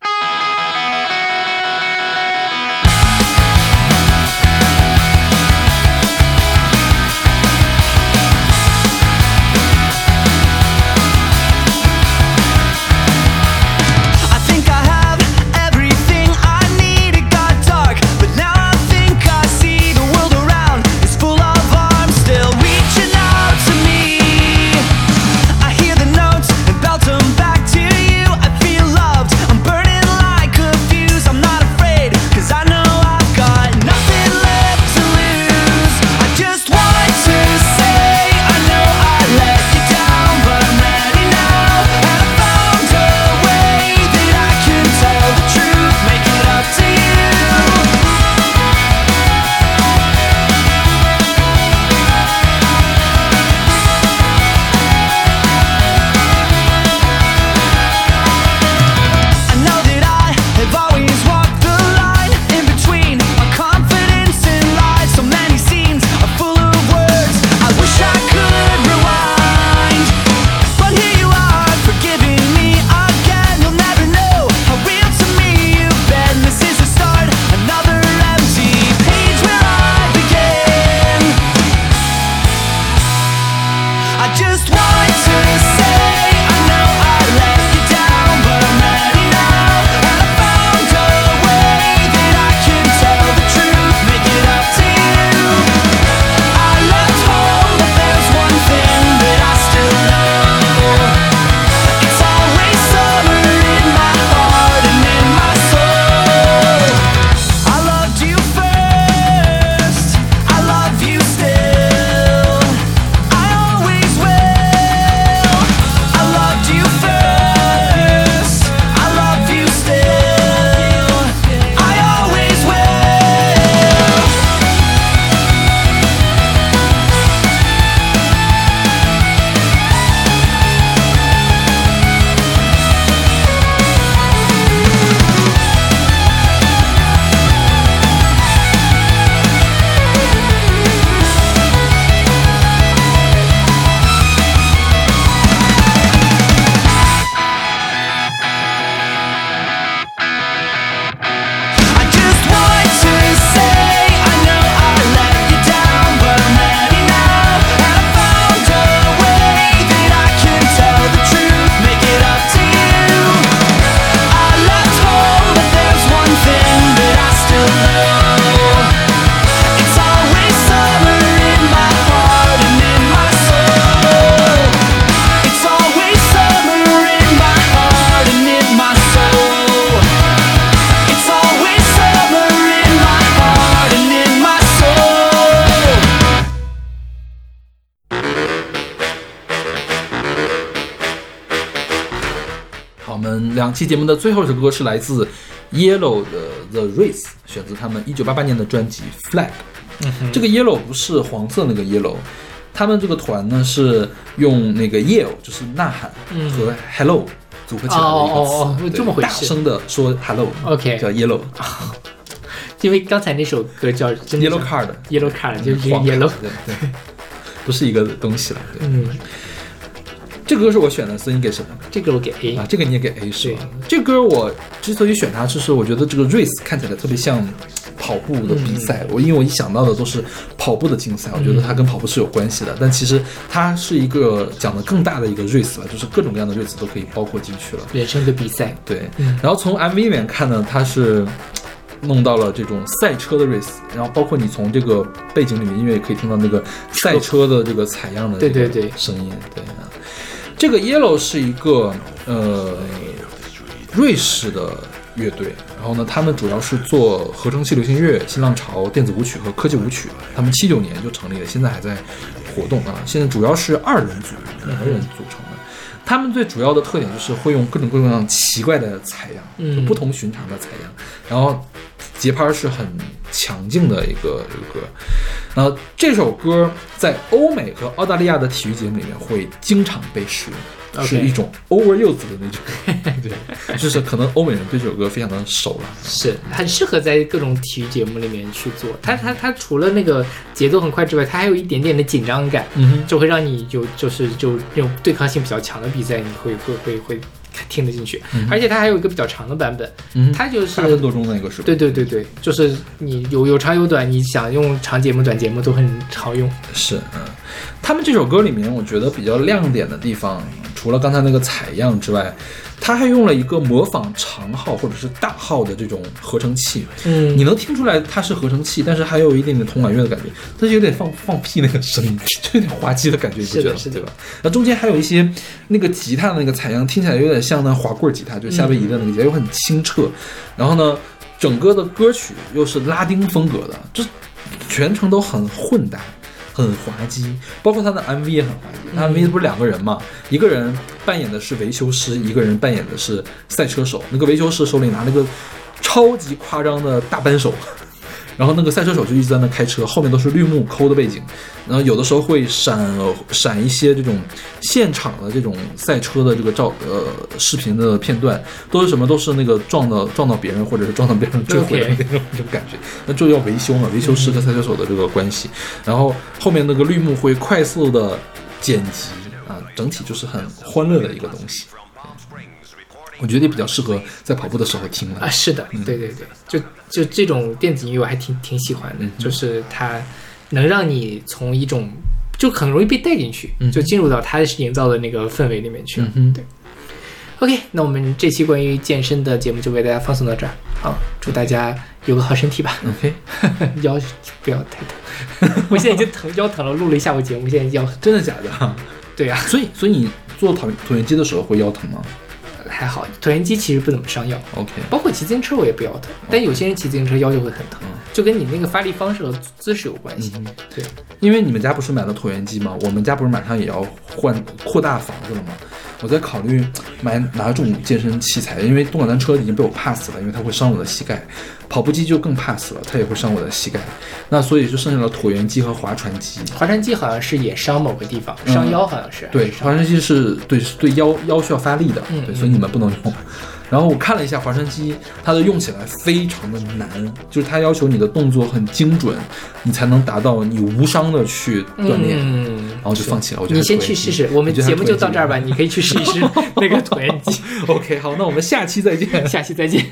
I think I have everything I need. It got dark, but now I think I see the world around is full of arms still reaching out to me. I hear the notes and belt them back to you. I feel loved, I'm burning like a fuse. I'm not afraid, cause I know I've got nothing left to lose. I just want to say I know I let you down, but I'm ready now. And I found a way that I can tell the truth, make it up to you. I know that I have always walked the line in between my confidence and lies. So many scenes are full of words I wish I could rewind, but here you are, forgiving me again. You'll never know how real to me you've been. This is the start, another empty page where I begin. I just want to say I know I let you down, but I'm ready now. And I found a way that I can tell the truth, make it up to you. I left home, but there's one thing that I still know. It's always summer in my heart and in my soul. I loved you first, I love you still, I always will. I loved you first, I love you still, I always will. I just want to say I know I let you down, but I'm ready now. And I found a way that I can tell the truth, make it up to you. I left home, but there's one thing that I still know. It's always summer in my heart and in my soul. It's always summer in my heart and in my soul. It's always summer in my heart and in my soul. 好，我们两期节目的最后一首歌是来自 Yellow 的 The Race， 选自他们一九八八年的专辑 Flag。 嗯、 这个 Yellow 不是黄色那个 Yellow， 他们这个团呢是用那个 Yell 就是呐喊和 Hello 组合起来的一个词， 哦哦哦，这么回事， 大声的说 Hello，OK， 叫 Yellow。 因为刚才那首歌叫 Yellow Card，Yellow Card 就是 Yellow， 对对，不是一个东西了。对， 嗯， 这个歌是我选的，所以你给什么？ 这个我给 A 啊，这个你也给 A 是吧？这个歌我之所以选它，就是我觉得这个 race 看起来特别像跑步的比赛。嗯、我因为我一想到的都是跑步的竞赛，我觉得它跟跑步是有关系的。嗯、但其实它是一个讲的更大的一个 race 吧，就是各种各样的 race 都可以包括进去了。 人生的比赛， 对。嗯、然后从 M V 里面看呢，它是弄到了这种赛车的 race， 然后包括你从这个背景里面音乐也可以听到那个赛车的这个采样的这个声音。对对对。这个 Yellow 是一个呃瑞士的乐队，然后呢，他们主要是做合成器流行乐、新浪潮、电子舞曲和科技舞曲。他们七九年就成立了，现在还在活动啊。现在主要是二人组，两个人组成的。他们最主要的特点就是会用各种各样奇怪的采样， 嗯， 就不同寻常的采样，然后节拍是很强劲的一个一个歌。然后这首歌在欧美和澳大利亚的体育节目里面会经常被使用， okay. 是一种 overuse 的那种，对，就是可能欧美人对这首歌非常的熟了， 是很适合在各种体育节目里面去做。它它它除了那个节奏很快之外，它还有一点点的紧张感， 嗯， 就会让你有就是就那种对抗性比较强的比赛，你会会会会听得进去。嗯、而且它还有一个比较长的版本， 嗯， 它就是八分多钟的一个是吧？ 对对对对，就是你有有长有短，你想用长节目、短节目都很好用。 是，嗯，他们这首歌里面，我觉得比较亮点的地方，除了刚才那个采样之外，他还用了一个模仿长号或者是大号的这种合成器。 嗯， 你能听出来它是合成器，但是还有一点点铜管乐的感觉，它就有点放放屁那个声音，就有点滑稽的感觉，你不觉得？ 是的， 对吧？那中间还有一些那个吉他的那个采样，听起来有点像那滑棍吉他，就夏威夷的那个吉他，又很清澈。然后呢，整个的歌曲又是拉丁风格的，就全程都很混搭。很滑稽，包括他的 M V 也很滑稽。他 M V 不是两个人嘛，一个人扮演的是维修师，一个人扮演的是赛车手。那个维修师手里拿了个超级夸张的大扳手，然后那个赛车手就一直在那开车，后面都是绿幕抠的背景，然后有的时候会闪闪一些这种现场的这种赛车的这个照呃视频的片段，都是什么都是那个撞到撞到别人，或者是撞到别人追回来那种那种感觉。那就要维修嘛，维修师和赛车手的这个关系，然后后面那个绿幕会快速的剪辑啊，整体就是很欢乐的一个东西。我觉得也比较适合在跑步的时候听的啊，是的，嗯、对对对，就就这种电子音乐我还挺挺喜欢的， 嗯、 就是它能让你从一种就很容易被带进去， 嗯、 就进入到它营造的那个氛围里面去了。 嗯、对 ，OK， 那我们这期关于健身的节目就为大家放送到这儿，好，祝大家有个好身体吧。 OK， 腰不要太疼，我现在已经疼腰疼了，录了一下午节目，现在腰真的假的？ 对呀、啊， 所以所以你做椭椭圆机的时候会腰疼吗？ 还好，椭圆机其实不怎么伤腰。 OK， 包括骑自行车我也不腰疼，但有些人骑自行车腰就会很疼，嗯、就跟你那个发力方式和姿势有关系。 嗯、 对， 因为你们家不是买了椭圆机吗？我们家不是马上也要换扩大房子了吗？我在考虑买哪种健身器材，因为动感单车已经被我 pass 了，因为它会伤我的膝盖。跑步机就更 pass 了，它也会伤我的膝盖。那所以就剩下了椭圆机和划船机。 划船机好像是也伤某个地方，嗯、伤腰好像是。 对，划船机是对是对腰腰需要发力的， 嗯、 对，所以你们不能用。然后我看了一下划船机，它的用起来非常的难，就是它要求你的动作很精准，你才能达到你无伤的去锻炼。 嗯， 然后就放弃了。我觉得你先去试试，我们节目就到这儿吧，你可以去试一试那个椭圆机。 OK， 好，那我们下期再见。 下期再见。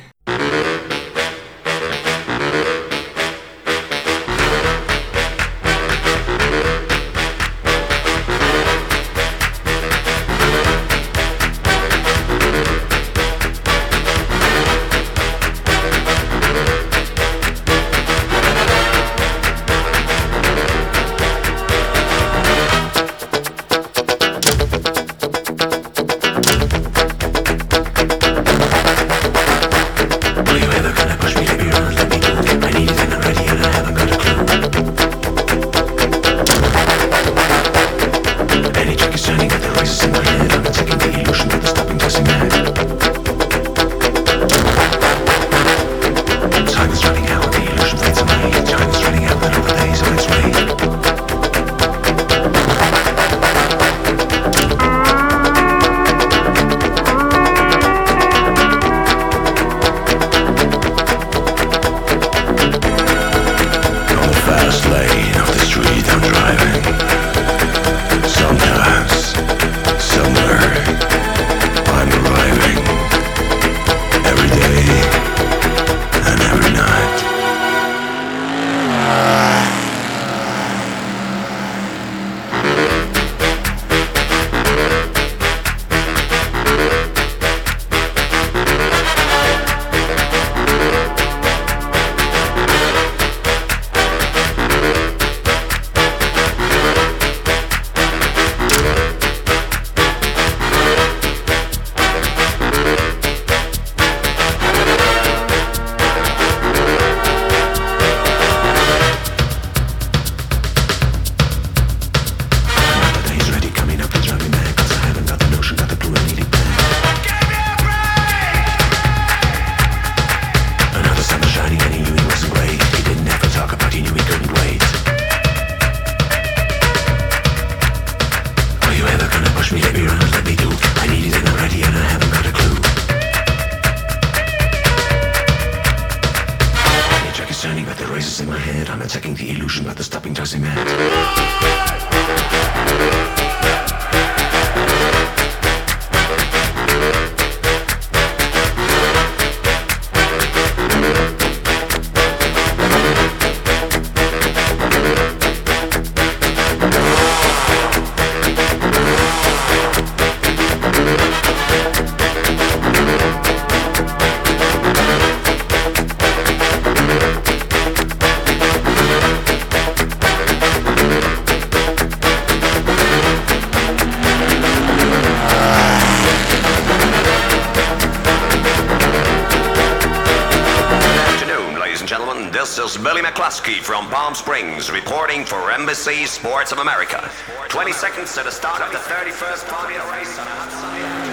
the illusion that the stopping does cement. This is Billy McCluskey from Palm Springs reporting for Embassy Sports of America. twenty seconds to the start of the thirty-first Formula race on a hot sunny